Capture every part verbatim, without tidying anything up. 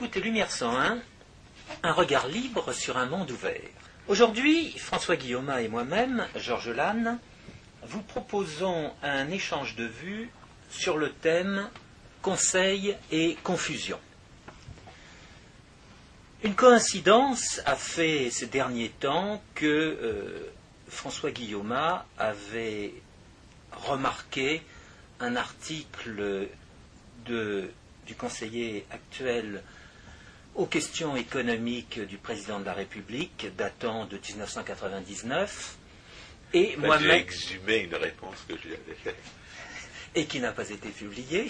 écoutez Lumière cent un, un regard libre sur un monde ouvert. Aujourd'hui, François Guillaume et moi-même, Georges Lannes, vous proposons un échange de vues sur le thème Conseil et confusion. Une coïncidence a fait ces derniers temps que euh, François Guillaume avait remarqué un article de, du conseiller actuel aux questions économiques du président de la République datant de mille neuf cent quatre-vingt-dix-neuf et ben, moi-même j'ai exhumé une réponse que je lui avais faite et qui n'a pas été publiée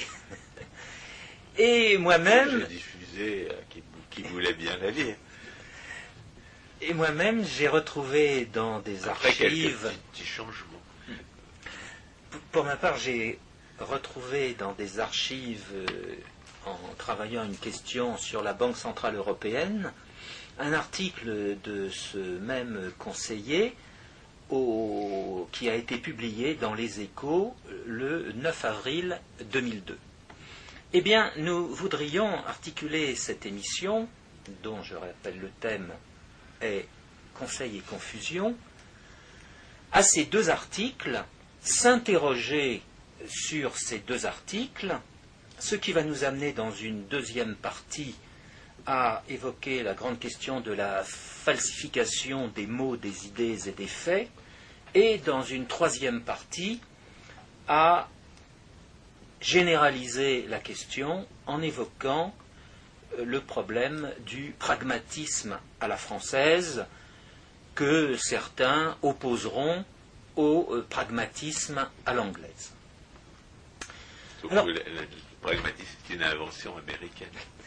et moi-même j'ai diffusé à qui, qui voulait bien la lire. Et moi-même, j'ai retrouvé dans des Après archives... quelques petits, petits changements. Pour ma part, j'ai retrouvé dans des archives, euh, en travaillant une question sur la Banque Centrale Européenne, un article de ce même conseiller au, qui a été publié dans Les Échos le neuf avril deux mille deux. Eh bien, nous voudrions articuler cette émission, dont je rappelle le thème est Conseil et confusion, à ces deux articles, s'interroger sur ces deux articles, ce qui va nous amener dans une deuxième partie à évoquer la grande question de la falsification des mots, des idées et des faits, et dans une troisième partie à généraliser la question en évoquant le problème du pragmatisme à la française que certains opposeront au pragmatisme à l'anglaise. Alors, le, le pragmatisme est une invention américaine.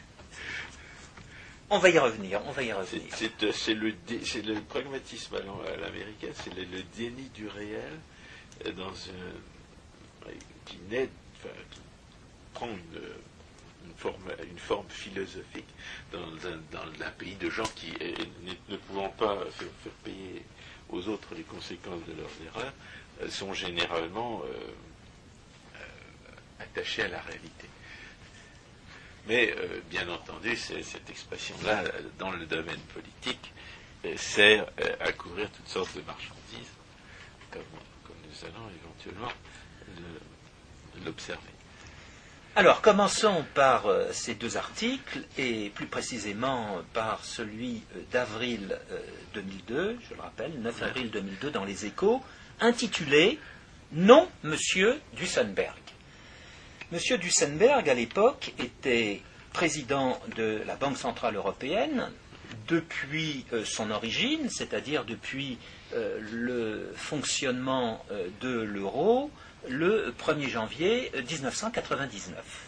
On va y revenir, on va y revenir. C'est, c'est, c'est, le, c'est le pragmatisme à l'américaine, c'est le, le déni du réel dans un, qui naît, enfin, qui prend une, une, forme, une forme philosophique dans un, dans un pays de gens qui, ne pouvant pas faire, faire payer aux autres les conséquences de leurs erreurs, sont généralement euh, euh, attachés à la réalité. Mais, euh, bien entendu, c'est, cette expression-là, dans le domaine politique, euh, sert euh, à couvrir toutes sortes de marchandises, comme, comme nous allons éventuellement le, l'observer. Alors, commençons par euh, ces deux articles, et plus précisément par celui euh, d'avril euh, deux mille deux, je le rappelle, neuf avril deux mille deux, dans Les Échos, intitulé « Non, Monsieur Duesenberg ». Monsieur Duesenberg, à l'époque, était président de la Banque Centrale Européenne depuis euh, son origine, c'est-à-dire depuis euh, le fonctionnement euh, de l'euro, le premier janvier dix-neuf cent quatre-vingt-dix-neuf.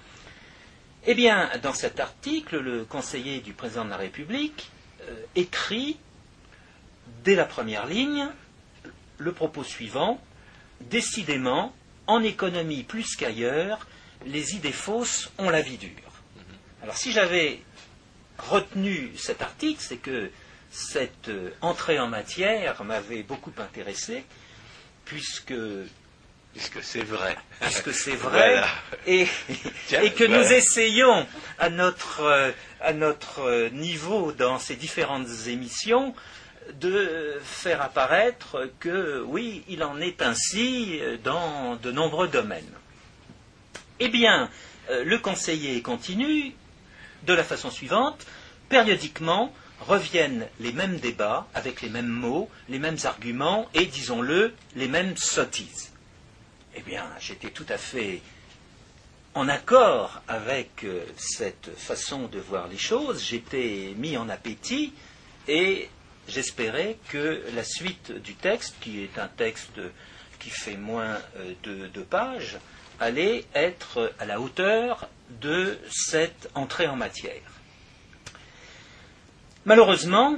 Eh bien, dans cet article, le conseiller du président de la République euh, écrit, dès la première ligne, le propos suivant: « Décidément, en économie plus qu'ailleurs, les idées fausses ont la vie dure. » Alors, si j'avais retenu cet article, c'est que cette euh, entrée en matière m'avait beaucoup intéressé, puisque... Puisque c'est vrai. Puisque c'est vrai, voilà. et, Tiens, et que voilà. Nous essayons à notre, euh, à notre niveau dans ces différentes émissions de faire apparaître que, oui, il en est ainsi dans de nombreux domaines. Eh bien, euh, le conseiller continue de la façon suivante: périodiquement reviennent les mêmes débats avec les mêmes mots, les mêmes arguments et, disons-le, les mêmes sottises. Eh bien, j'étais tout à fait en accord avec euh, cette façon de voir les choses. J'étais mis en appétit et j'espérais que la suite du texte, qui est un texte qui fait moins euh, de deux pages, allait être à la hauteur de cette entrée en matière. Malheureusement,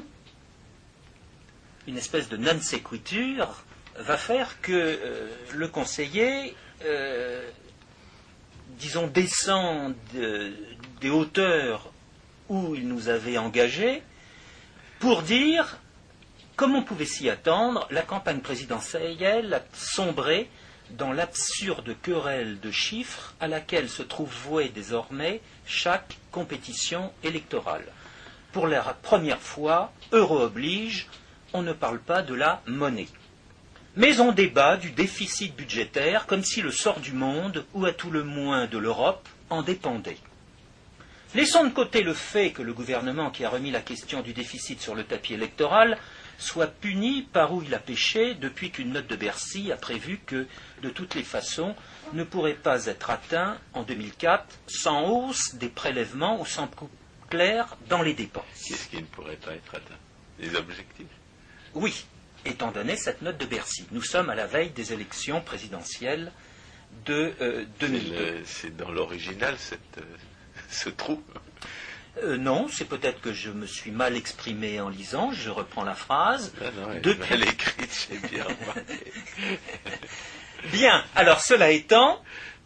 une espèce de non sequitur va faire que euh, le conseiller, euh, disons, descend de, des hauteurs où il nous avait engagés pour dire, comme on pouvait s'y attendre, la campagne présidentielle a sombré dans l'absurde querelle de chiffres à laquelle se trouve vouée désormais chaque compétition électorale. Pour la première fois, euro oblige, on ne parle pas de la monnaie. Mais on débat du déficit budgétaire comme si le sort du monde, ou à tout le moins de l'Europe, en dépendait. Laissons de côté le fait que le gouvernement qui a remis la question du déficit sur le tapis électoral soit puni par où il a péché depuis qu'une note de Bercy a prévu que, de toutes les façons, ne pourrait pas être atteint en deux mille quatre sans hausse des prélèvements ou sans coupe claire dans les dépenses. Qu'est-ce qui ne pourrait pas être atteint? Les objectifs? Oui, étant donné cette note de Bercy. Nous sommes à la veille des élections présidentielles de euh, deux mille deux. C'est dans l'original cette, euh, ce trou. Euh, non, c'est peut-être que je me suis mal exprimé en lisant, je reprends la phrase. Ah non, elle Depuis... est mal écrite, j'ai bien remarqué. Bien, alors cela étant,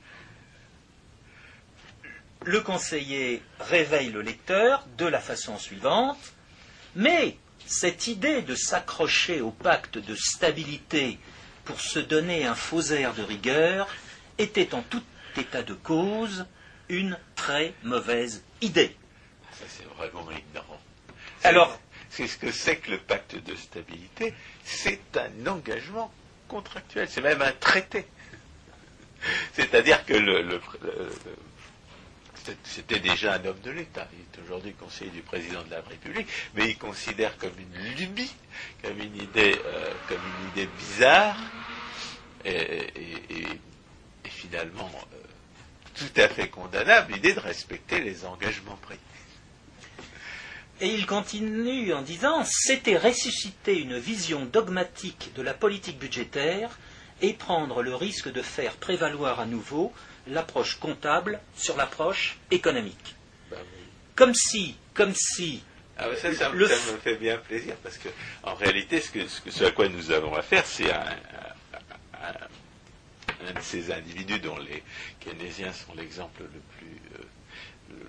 le conseiller réveille le lecteur de la façon suivante, mais cette idée de s'accrocher au pacte de stabilité pour se donner un faux air de rigueur était en tout état de cause une très mauvaise idée. Ça, c'est vraiment ignorant. Alors, c'est ce que c'est que le pacte de stabilité. C'est un engagement contractuel. C'est même un traité. C'est-à-dire que le, le, le, c'était déjà un homme de l'État. Il est aujourd'hui conseiller du président de la République, mais il considère comme une lubie, comme une idée, euh, comme une idée bizarre, et, et, et, et finalement euh, tout à fait condamnable, l'idée de respecter les engagements pris. Et il continue en disant « C'était ressusciter une vision dogmatique de la politique budgétaire et prendre le risque de faire prévaloir à nouveau l'approche comptable sur l'approche économique. Ben oui. » Comme si, comme si... Ah ben ça, ça, le... ça me fait bien plaisir, parce que en réalité, ce, que, ce, que, ce à quoi nous avons affaire, c'est un, un, un, un de ces individus dont les keynésiens sont l'exemple le plus... Euh, le,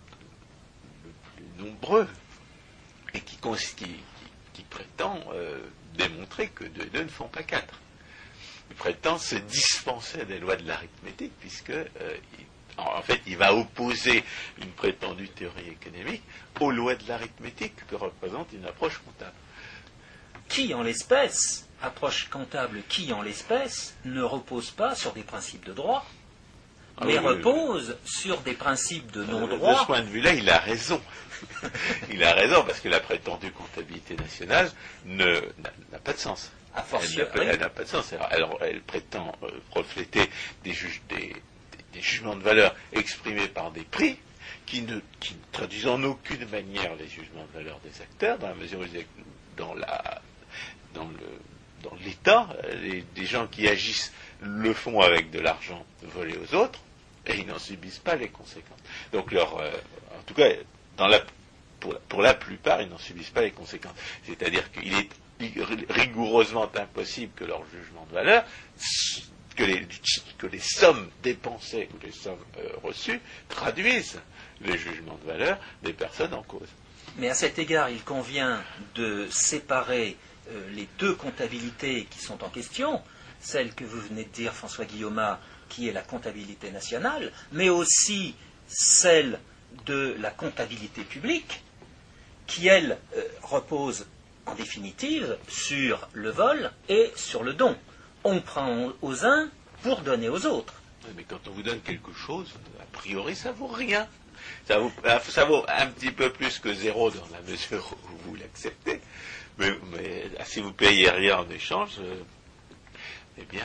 nombreux, et qui, qui, qui, qui prétend euh, démontrer que deux et deux ne font pas quatre. Il prétend se dispenser des lois de l'arithmétique, puisque euh, il, en, en fait il va opposer une prétendue théorie économique aux lois de l'arithmétique que représente une approche comptable. Qui en l'espèce, approche comptable qui en l'espèce, ne repose pas sur des principes de droit, ah mais oui, repose oui. sur des principes de non-droit. De ce point de vue-là, il a raison. Il a raison, parce que la prétendue comptabilité nationale ne, n'a, n'a pas de sens. A fortiori. Elle, elle n'a pas de sens. Alors, elle prétend euh, refléter des, juge, des, des, des jugements de valeur exprimés par des prix qui ne, qui ne traduisent en aucune manière les jugements de valeur des acteurs, dans la mesure où dans, la, dans, le, dans l'État, les, des gens qui agissent le font avec de l'argent volé aux autres, et ils n'en subissent pas les conséquences. Donc, leur, euh, en tout cas, dans la, pour, pour la plupart, ils n'en subissent pas les conséquences. C'est-à-dire qu'il est rigoureusement impossible que leur jugement de valeur, que les, que les sommes dépensées ou les sommes euh, reçues traduisent les jugements de valeur des personnes en cause. Mais à cet égard, il convient de séparer euh, les deux comptabilités qui sont en question, celle que vous venez de dire, François Guillaume, qui est la comptabilité nationale, mais aussi celle de la comptabilité publique, qui, elle, euh, repose en définitive sur le vol et sur le don. On prend aux uns pour donner aux autres. Mais quand on vous donne quelque chose, a priori, ça vaut rien. Ça vaut, ça vaut un petit peu plus que zéro dans la mesure où vous l'acceptez. Mais, mais si vous payez rien en échange, euh, eh bien,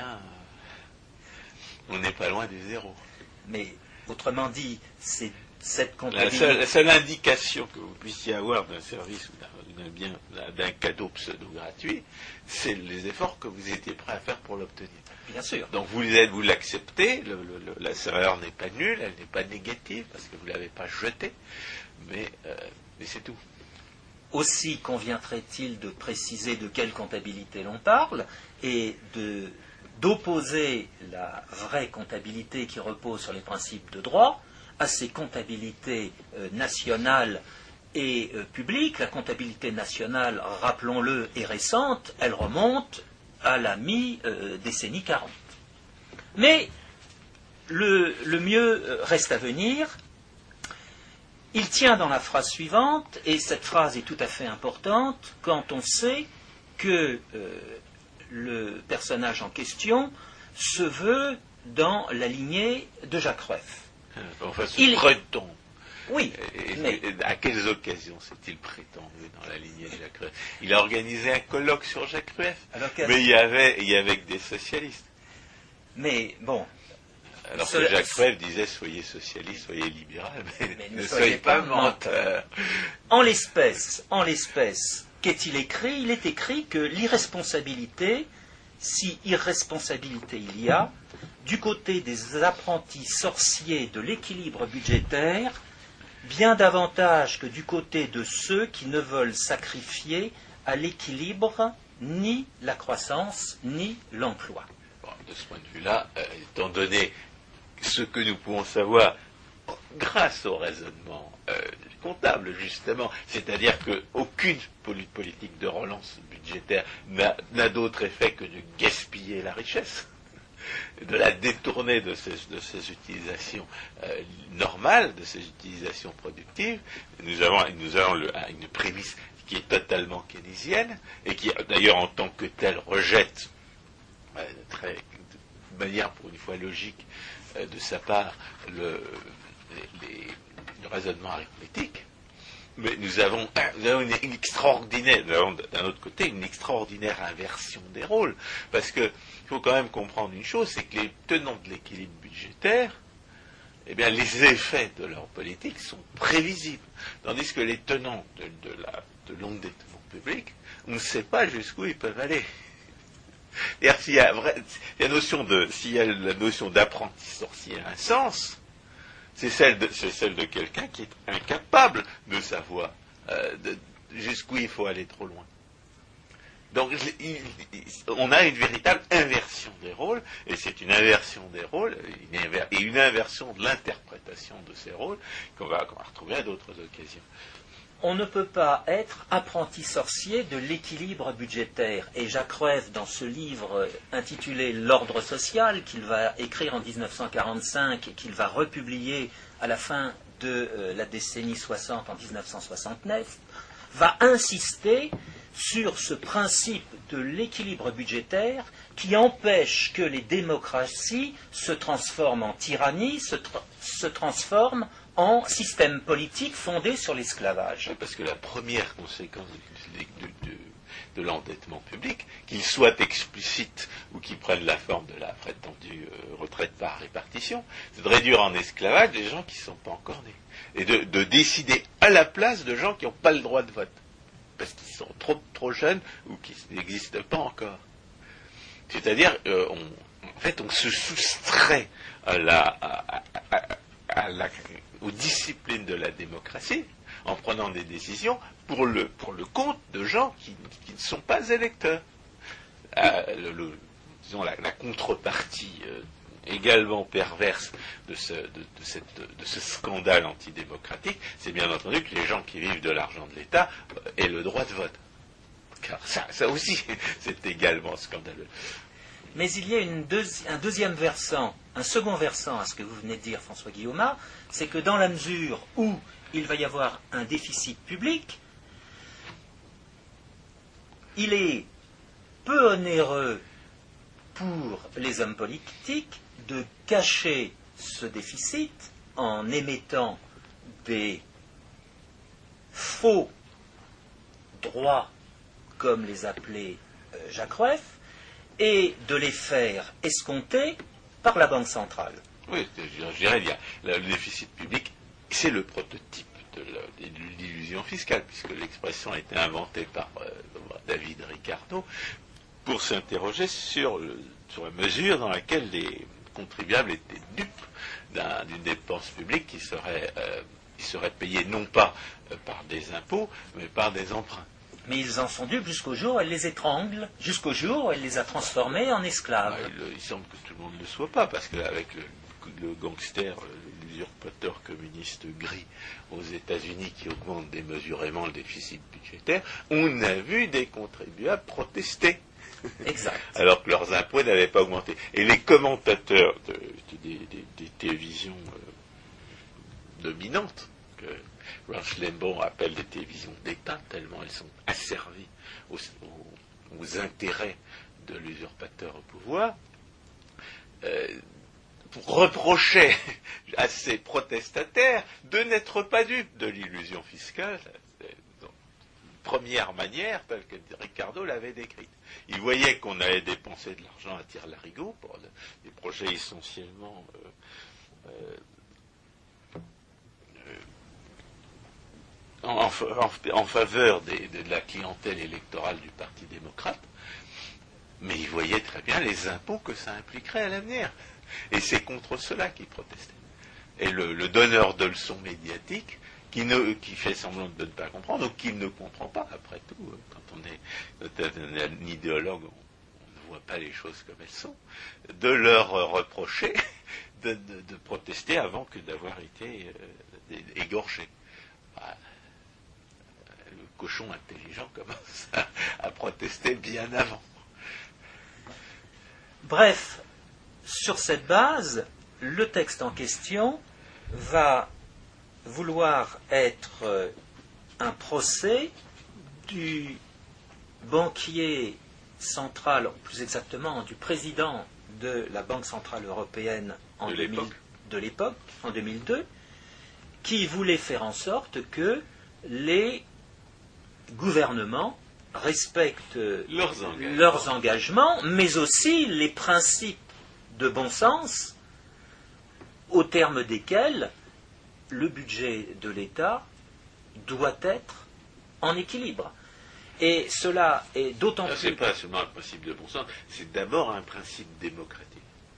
euh, on n'est pas loin du zéro. Mais, autrement dit, c'est cette comptabilité... La seule, la seule indication que vous puissiez avoir d'un service ou d'un, d'un bien, d'un cadeau pseudo-gratuit, c'est les efforts que vous étiez prêt à faire pour l'obtenir. Bien sûr. Donc vous, êtes, vous l'acceptez, le, le, la erreur n'est pas nulle, elle n'est pas négative, parce que vous ne l'avez pas jetée, mais, euh, mais c'est tout. Aussi conviendrait-il de préciser de quelle comptabilité l'on parle, et de, d'opposer la vraie comptabilité qui repose sur les principes de droit à ces comptabilités euh, nationales et euh, publiques. La comptabilité nationale, rappelons-le, est récente, elle remonte à la mi-décennie quarante. Mais le, le mieux reste à venir. Il tient dans la phrase suivante, et cette phrase est tout à fait importante, quand on sait que euh, le personnage en question se veut dans la lignée de Jacques Rueff. Enfin, ce Il... prétend. Oui. Et, mais... et à quelles occasions s'est-il prétendu dans la lignée de Jacques Rueff? Il a organisé un colloque sur Jacques Rueff, mais il y avait, il y avait que des socialistes. Mais bon. Alors ce... que Jacques Rueff disait soyez socialiste, soyez libéral, mais, mais ne, ne soyez, soyez pas menteur. En l'espèce, en l'espèce, qu'est-il écrit? Il est écrit que l'irresponsabilité, si irresponsabilité il y a, du côté des apprentis sorciers de l'équilibre budgétaire, bien davantage que du côté de ceux qui ne veulent sacrifier à l'équilibre ni la croissance ni l'emploi. Bon, de ce point de vue-là, euh, étant donné ce que nous pouvons savoir grâce au raisonnement euh, comptable, justement, c'est-à-dire qu'aucune politique de relance budgétaire n'a, n'a d'autre effet que de gaspiller la richesse, de la détourner de ses, de ses utilisations euh, normales, de ses utilisations productives. Nous avons, nous avons le, une prémisse qui est totalement keynésienne et qui, d'ailleurs, en tant que telle, rejette euh, très, de manière, pour une fois logique, euh, de sa part, le, les, les, le raisonnement arithmétique. Mais nous avons, nous avons une, une extraordinaire, nous avons d'un autre côté une extraordinaire inversion des rôles, parce que il faut quand même comprendre une chose, c'est que les tenants de l'équilibre budgétaire, eh bien, les effets de leur politique sont prévisibles, tandis que les tenants de, de, la, de l'endettement public, on ne sait pas jusqu'où ils peuvent aller. C'est-à-dire, s'il y a, vrai, la notion de, s'il y a la notion d'apprenti sorcier a un sens, c'est celle de, c'est celle de quelqu'un qui est incapable de savoir euh, de, jusqu'où il faut aller trop loin. Donc, il, il, on a une véritable inversion des rôles, et c'est une inversion des rôles, une inver, et une inversion de l'interprétation de ces rôles qu'on va, qu'on va retrouver à d'autres occasions. On ne peut pas être apprenti sorcier de l'équilibre budgétaire. Et Jacques Rueff, dans ce livre intitulé L'ordre social, qu'il va écrire en dix-neuf cent quarante-cinq et qu'il va republier à la fin de euh, la décennie soixante, en dix-neuf cent soixante-neuf, va insister sur ce principe de l'équilibre budgétaire qui empêche que les démocraties se transforment en tyrannie, se, tra- se transforment en système politique fondé sur l'esclavage. Parce que la première conséquence de, de, de, de l'endettement public, qu'il soit explicite ou qu'il prenne la forme de la prétendue euh, retraite par répartition, c'est de réduire en esclavage des gens qui ne sont pas encore nés. Et de, de décider à la place de gens qui n'ont pas le droit de vote. Parce qu'ils sont trop, trop jeunes ou qu'ils n'existent pas encore. C'est-à-dire, euh, on, en fait, on se soustrait à la, à, à, à, à la, aux disciplines de la démocratie en prenant des décisions pour le, pour le compte de gens qui, qui ne sont pas électeurs. Euh, le, le, disons, la, la contrepartie euh, également perverse de ce, de, de, cette, de ce scandale antidémocratique, c'est bien entendu que les gens qui vivent de l'argent de l'État euh, aient le droit de vote. Car ça, ça aussi, c'est également scandaleux. Mais il y a une deuxi- un deuxième versant, un second versant à ce que vous venez de dire, François Guillaume, c'est que dans la mesure où il va y avoir un déficit public, il est peu onéreux pour les hommes politiques de cacher ce déficit en émettant des faux droits, comme les appelait euh, Jacques Rueff, et de les faire escompter par la Banque centrale. Oui, je dirais, il y a, le déficit public, c'est le prototype de, la, de l'illusion fiscale, puisque l'expression a été inventée par euh, David Ricardo pour s'interroger sur, le, sur la mesure dans laquelle les contribuables étaient dupes d'un, d'une dépense publique qui serait, euh, qui serait payée non pas euh, par des impôts, mais par des emprunts. Mais ils en sont dupes jusqu'au jour où elle les étrangle, jusqu'au jour où elle les a transformés en esclaves. Ah, il, il semble que tout le monde ne le soit pas, parce qu'avec le, le gangster, l'usurpateur communiste gris aux États-Unis qui augmente démesurément le déficit budgétaire, on a vu des contribuables protester. Exact. Alors que leurs impôts n'avaient pas augmenté. Et les commentateurs de, de, des, des, des télévisions euh, dominantes, que Rush Limbaugh appelle des télévisions d'État, tellement elles sont asservies aux, aux, aux intérêts de l'usurpateur au pouvoir, euh, reprochaient à ces protestataires de n'être pas dupes de l'illusion fiscale, première manière telle que Ricardo l'avait décrite. Il voyait qu'on allait dépenser de l'argent à tire-larigot pour des projets essentiellement euh, euh, euh, en, en, en faveur des, de la clientèle électorale du Parti démocrate, mais il voyait très bien les impôts que ça impliquerait à l'avenir. Et c'est contre cela qu'il protestait. Et le, le donneur de leçons médiatiques, qui, ne, qui fait semblant de ne pas comprendre, ou qui ne comprend pas, après tout, quand on est, quand on est un idéologue, on, on ne voit pas les choses comme elles sont, de leur reprocher de, de, de protester avant que d'avoir été euh, égorgé. Ah, le cochon intelligent commence à, à protester bien avant. Bref, sur cette base, le texte en question va vouloir être un procès du banquier central, plus exactement du président de la Banque centrale européenne en de deux mille, l'époque. de l'époque, en deux mille deux, qui voulait faire en sorte que les gouvernements respectent leurs engagements. leurs engagements, mais aussi les principes de bon sens au terme desquels le budget de l'État doit être en équilibre. Et cela est d'autant Ça, plus... c'est pas seulement un principe de bon sens, c'est d'abord un principe démocratique.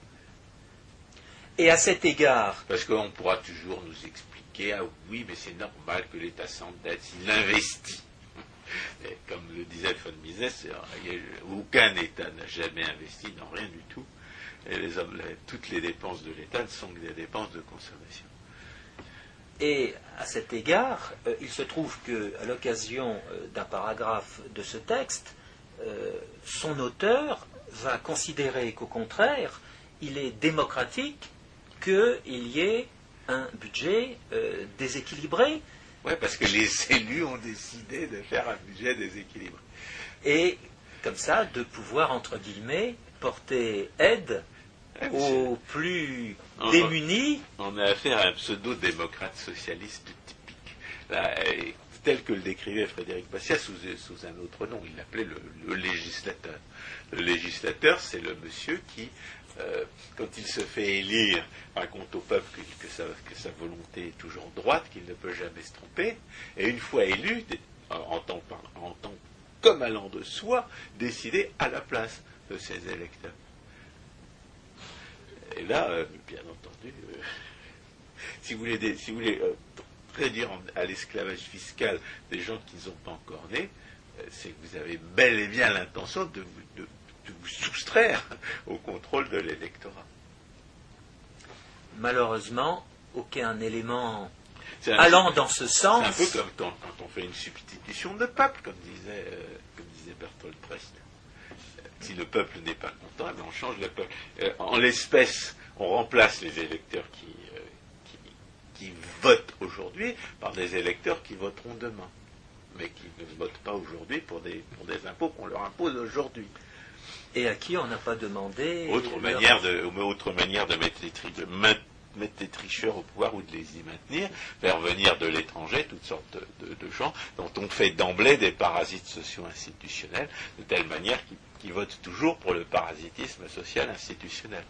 Et à cet égard... Parce qu'on pourra toujours nous expliquer, ah oui, mais c'est normal que l'État s'endette s'il investit. Et comme le disait von Mises, aucun État n'a jamais investi dans rien du tout. Et les, toutes les dépenses de l'État ne sont que des dépenses de consommation. Et à cet égard, euh, il se trouve qu'à l'occasion euh, d'un paragraphe de ce texte, euh, son auteur va considérer qu'au contraire, il est démocratique qu'il y ait un budget euh, déséquilibré. Oui, parce que les élus ont décidé de faire un budget déséquilibré. Et comme ça, de pouvoir, entre guillemets, porter aide Ah, aux plus on, démunis. On a affaire à un pseudo-démocrate socialiste typique. Là, tel que le décrivait Frédéric Bastiat sous, sous un autre nom, il l'appelait le, le législateur. Le législateur, c'est le monsieur qui, euh, quand il se fait élire, raconte au peuple que, que, sa, que sa volonté est toujours droite, qu'il ne peut jamais se tromper, et une fois élu, en tant, en tant comme allant de soi, décider à la place de ses électeurs. Et là, euh, bien entendu, euh, si vous voulez, des, si vous voulez euh, réduire à l'esclavage fiscal des gens qui ne sont pas encore nés, euh, c'est que vous avez bel et bien l'intention de, de, de vous soustraire au contrôle de l'électorat. Malheureusement, aucun élément un, allant dans ce sens. C'est un peu comme quand, quand on fait une substitution de peuple, comme disait, euh, comme disait Bertolt Brecht. Si le peuple n'est pas content, on change le peuple. Euh, en l'espèce, on remplace les électeurs qui, euh, qui, qui votent aujourd'hui par des électeurs qui voteront demain, mais qui ne votent pas aujourd'hui pour des, pour des impôts qu'on leur impose aujourd'hui. Et à qui on n'a pas demandé... Autre, leur... manière de, autre manière de mettre les, tri, de mettre les tricheurs au pouvoir ou de les y maintenir, faire venir de l'étranger toutes sortes de, de, de gens dont on fait d'emblée des parasites sociaux institutionnels, de telle manière qu'ils qui votent toujours pour le parasitisme social institutionnel.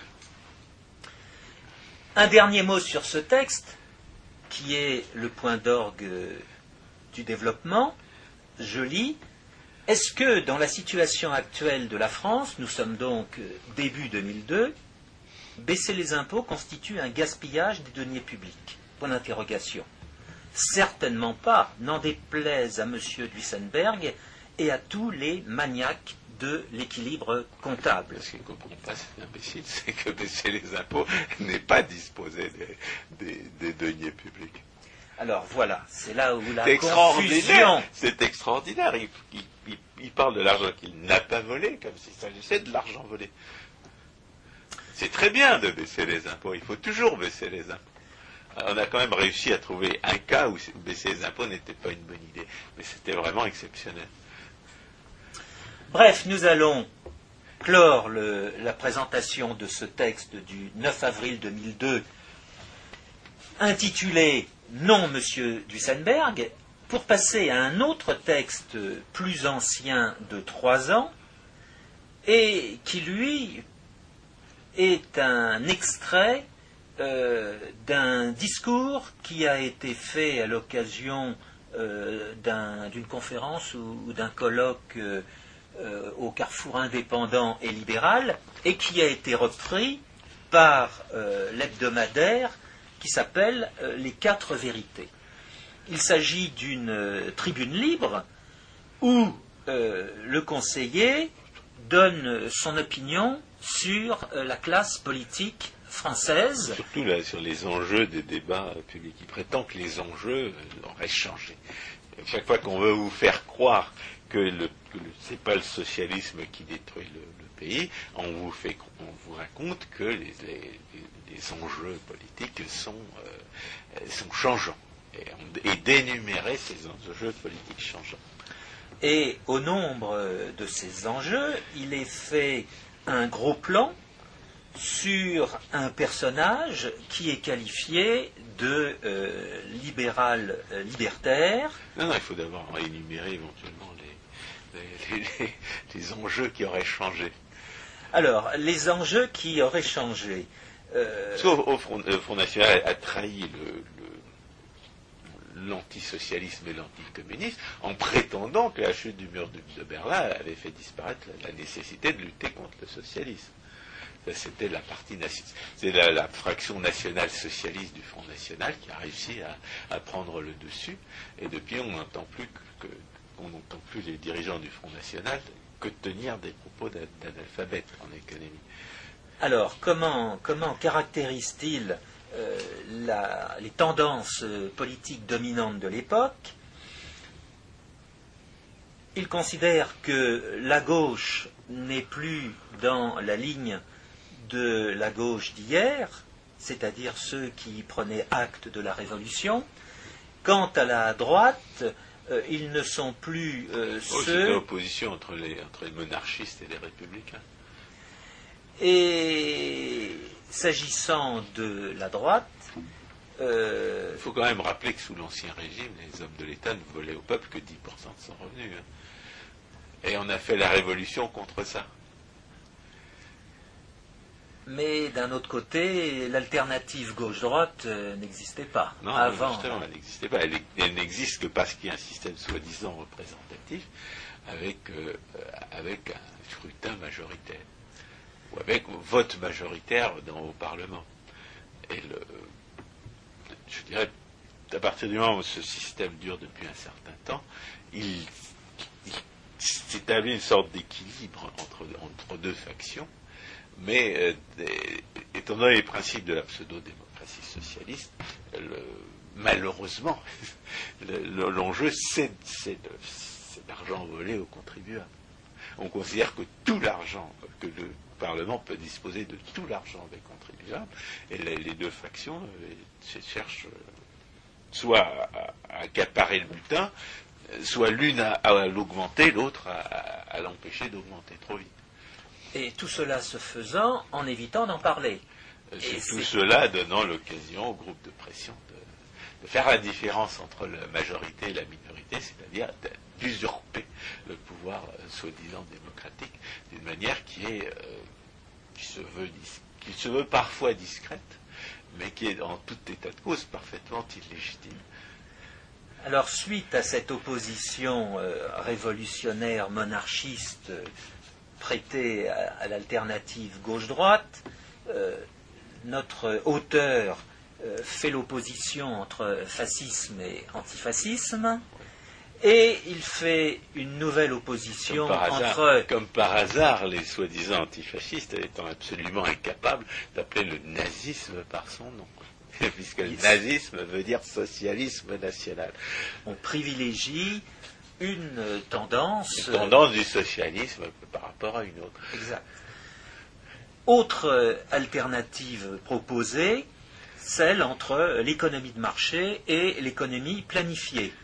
Un dernier mot sur ce texte, qui est le point d'orgue du développement. Je lis. Est-ce que dans la situation actuelle de la France, nous sommes donc début deux mille deux, baisser les impôts constitue un gaspillage des deniers publics? Point d'interrogation. Certainement pas, n'en déplaise à M. Duisenberg et à tous les maniaques de l'équilibre comptable. Ce qu'il ne comprend pas, c'est imbécile, c'est que baisser les impôts n'est pas disposer des, des, des deniers publics. Alors voilà, c'est là où la c'est confusion... C'est extraordinaire. Il, il, il, il parle de l'argent qu'il n'a pas volé, comme s'il s'agissait de l'argent volé. C'est très bien de baisser les impôts, il faut toujours baisser les impôts. On a quand même réussi à trouver un cas où baisser les impôts n'était pas une bonne idée, mais c'était vraiment exceptionnel. Bref, nous allons clore le, la présentation de ce texte du neuf avril deux mille deux, intitulé « Non, monsieur Duesenberg », pour passer à un autre texte plus ancien de trois ans, et qui, lui, est un extrait euh, d'un discours qui a été fait à l'occasion euh, d'un, d'une conférence ou, ou d'un colloque euh, euh, au Carrefour indépendant et libéral, et qui a été repris par euh, l'hebdomadaire qui s'appelle euh, Les Quatre Vérités. Il s'agit d'une euh, tribune libre où euh, le conseiller donne son opinion sur euh, la classe politique française. Surtout là, sur les enjeux des débats publics. Il prétend que les enjeux euh, auraient changé. Chaque fois qu'on veut vous faire croire que, le, que le, c'est pas le socialisme qui détruit le, le pays, on vous, fait, on vous raconte que les, les, les enjeux politiques sont, euh, sont changeants. Et, et d'énumérer ces enjeux politiques changeants. Et au nombre de ces enjeux, il est fait un gros plan sur un personnage qui est qualifié de euh, libéral euh, libertaire. Non, non, il faut d'abord énumérer éventuellement les, les, les, les enjeux qui auraient changé. Alors, les enjeux qui auraient changé. Euh... Sauf au Front, le Front National a trahi le, le l'antisocialisme et l'anticommunisme, en prétendant que la chute du mur de Berlin avait fait disparaître la, la nécessité de lutter contre le socialisme. Ça, c'était la partie c'est la, la fraction nationale socialiste du Front National qui a réussi à, à prendre le dessus, et depuis on n'entend plus que, que on n'entend plus les dirigeants du Front National que tenir des propos d'analphabètes en économie. Alors, comment, comment caractérise-t-il Euh, la, les tendances euh, politiques dominantes de l'époque? Il considère que la gauche n'est plus dans la ligne de la gauche d'hier, c'est-à-dire ceux qui prenaient acte de la Révolution. Quant à la droite, euh, ils ne sont plus euh, oh, ceux... C'est l'opposition entre les, entre les monarchistes et les républicains. Et s'agissant de la droite, euh... il faut quand même rappeler que sous l'Ancien Régime, les hommes de l'État ne volaient au peuple que dix pour cent de son revenu. Hein. Et on a fait la révolution contre ça. Mais d'un autre côté, l'alternative gauche-droite euh, n'existait pas. Non, avant. Justement, elle n'existait pas. Elle, elle n'existe que parce qu'il y a un système soi-disant représentatif avec, euh, avec un scrutin majoritaire. Ou avec vote majoritaire dans, au Parlement. Et le, je dirais, à partir du moment où ce système dure depuis un certain temps, il, il s'établit une sorte d'équilibre entre, entre deux factions, mais euh, des, étant donné les principes de la pseudo-démocratie socialiste, le, malheureusement, le, l'enjeu c'est, c'est, de, c'est l'argent volé aux contribuables. On considère que tout l'argent que le Le Parlement peut disposer de tout l'argent des contribuables, et les, les deux factions euh, cherchent euh, soit à, à accaparer le butin, soit l'une à, à l'augmenter, l'autre à, à, à l'empêcher d'augmenter trop vite. Et tout cela se faisant en évitant d'en parler. Et tout c'est... cela donnant l'occasion au groupe de pression de, de faire la différence entre la majorité et la minorité, c'est-à-dire d'usurper le pouvoir euh, soi-disant démocratique d'une manière qui est euh, qui se veut qui se veut parfois discrète, mais qui est en tout état de cause parfaitement illégitime. Alors, suite à cette opposition euh, révolutionnaire monarchiste euh, prêtée à, à l'alternative gauche-droite, euh, notre auteur euh, fait l'opposition entre fascisme et antifascisme. Et il fait une nouvelle opposition comme par hasard, entre... Comme par hasard, les soi-disant antifascistes étant absolument incapables d'appeler le nazisme par son nom. Puisque le nazisme veut dire socialisme national. On privilégie une tendance... Une tendance du socialisme par rapport à une autre. Exact. Autre alternative proposée, celle entre l'économie de marché et l'économie planifiée.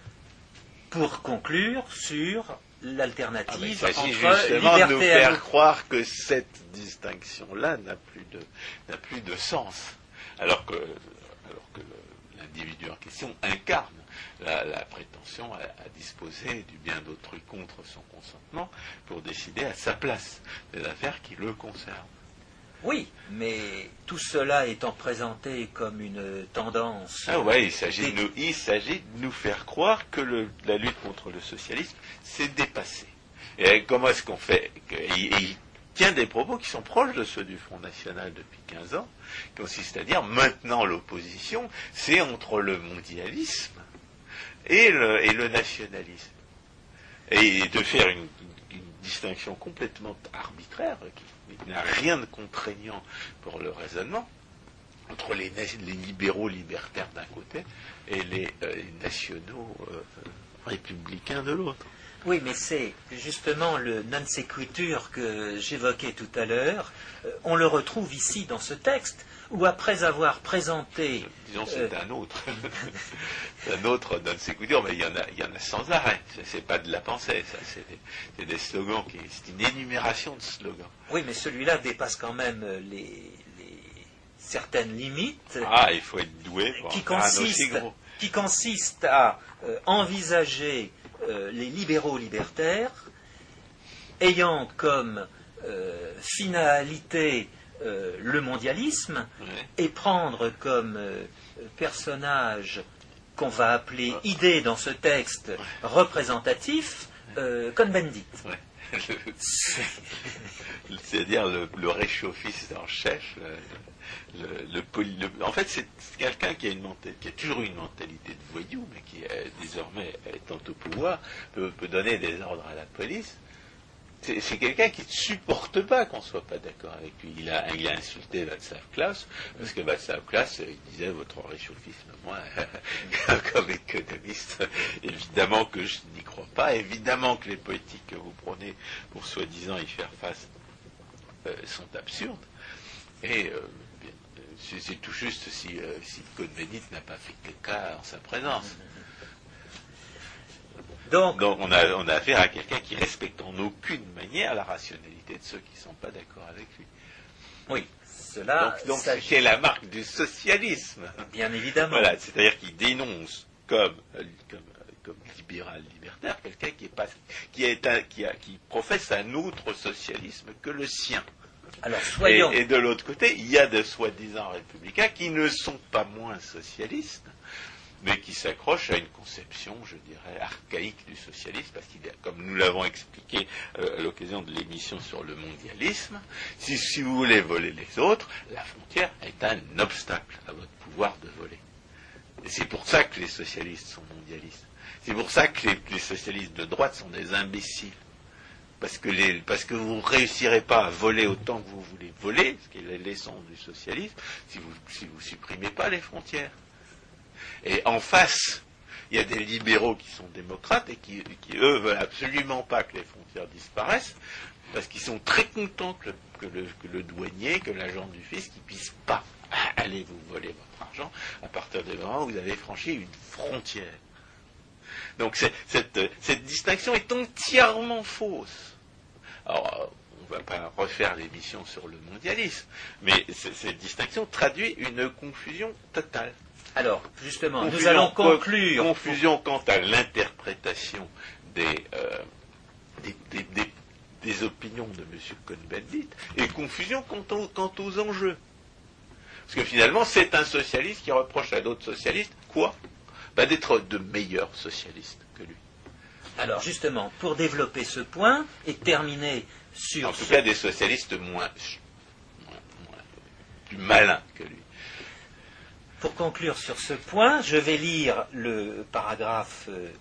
Pour conclure sur l'alternative ah, il s'agit entre justement liberté de nous faire à... croire que cette distinction-là n'a plus de, n'a plus de sens, alors que, alors que l'individu en question incarne la, la prétention à, à disposer du bien d'autrui contre son consentement pour décider à sa place des affaires qui le concernent. Oui, mais tout cela étant présenté comme une tendance... Ah ouais, il s'agit de nous, il s'agit de nous faire croire que le, la lutte contre le socialisme s'est dépassée. Et comment est-ce qu'on fait? il, il tient des propos qui sont proches de ceux du Front National depuis quinze ans, qui consistent à dire maintenant l'opposition, c'est entre le mondialisme et le, et le nationalisme. Et de faire une, une distinction complètement arbitraire, qui il n'y a rien de contraignant pour le raisonnement entre les, les libéraux libertaires d'un côté et les, euh, les nationaux euh, républicains de l'autre. Oui, mais c'est justement le non sequitur que j'évoquais tout à l'heure. Euh, on le retrouve ici dans ce texte, où après avoir présenté... Disons, c'est euh... un autre. c'est un autre non sequitur, mais il y en a, il y en a sans arrêt. C'est pas de la pensée, ça. C'est des, c'est des slogans, qui, c'est une énumération de slogans. Oui, mais celui-là dépasse quand même les, les certaines limites. Ah, il faut être doué pour qui en faire un aussi consiste, gros. Qui consiste à euh, envisager euh, les libéraux libertaires ayant comme euh, finalité euh, le mondialisme, Ouais. et prendre comme euh, personnage qu'on va appeler idée dans ce texte représentatif euh, Cohn-Bendit. Ouais. C'est-à-dire le, le réchauffiste en chef. Le, le, le, poly, le, en fait, c'est quelqu'un qui a, une mentalité, qui a toujours eu une mentalité de voyou, mais qui, euh, désormais, étant au pouvoir, peut, peut donner des ordres à la police. C'est, c'est quelqu'un qui ne supporte pas qu'on ne soit pas d'accord avec lui. Il a, il a insulté Václav Klaus, parce que Václav Klaus, il disait votre réchauffisme, moi, comme économiste, évidemment que je n'y crois pas, évidemment que les politiques que vous prenez pour soi-disant y faire face euh, sont absurdes, et euh, c'est, c'est tout juste si, euh, si Cohn-Bendit n'a pas fait que cas en sa présence. Donc, Donc on, a, on a affaire à quelqu'un qui respecte en aucune manière la rationalité de ceux qui ne sont pas d'accord avec lui. Oui, cela... Donc, donc c'est la marque du socialisme. Bien évidemment. Voilà, c'est-à-dire qu'il dénonce comme, comme, comme libéral libertaire quelqu'un qui, est pas, qui, est un, qui, a, qui professe un autre socialisme que le sien. Alors, soyons... Et, et de l'autre côté, il y a de soi-disant républicains qui ne sont pas moins socialistes, mais qui s'accroche à une conception, je dirais, archaïque du socialisme, parce qu'il y a, comme nous l'avons expliqué euh, à l'occasion de l'émission sur le mondialisme, si, si vous voulez voler les autres, la frontière est un obstacle à votre pouvoir de voler. Et c'est pour ça que les socialistes sont mondialistes. C'est pour ça que les, les socialistes de droite sont des imbéciles. Parce que, les, parce que vous ne réussirez pas à voler autant que vous voulez voler, ce qui est l'essence du socialisme, si vous si vous supprimez pas les frontières. Et en face, il y a des libéraux qui sont démocrates et qui, qui eux, veulent absolument pas que les frontières disparaissent, parce qu'ils sont très contents que le, que le, que le douanier, que l'agent du fisc, ne puisse pas aller vous voler votre argent à partir du moment où vous avez franchi une frontière. Donc c'est, cette, cette distinction est entièrement fausse. Alors, on ne va pas refaire l'émission sur le mondialisme, mais cette distinction traduit une confusion totale. Alors, justement, confusion, nous allons conclure. Confusion quant à l'interprétation des, euh, des, des, des, des opinions de M. Cohn-Bendit et confusion quant, au, quant aux enjeux. Parce que finalement, c'est un socialiste qui reproche à d'autres socialistes, quoi ? Ben, d'être de meilleurs socialistes que lui. Alors, justement, pour développer ce point et terminer sur... En tout ce... cas, des socialistes moins, moins, moins plus malins que lui. Pour conclure sur ce point, je vais lire le paragraphe euh,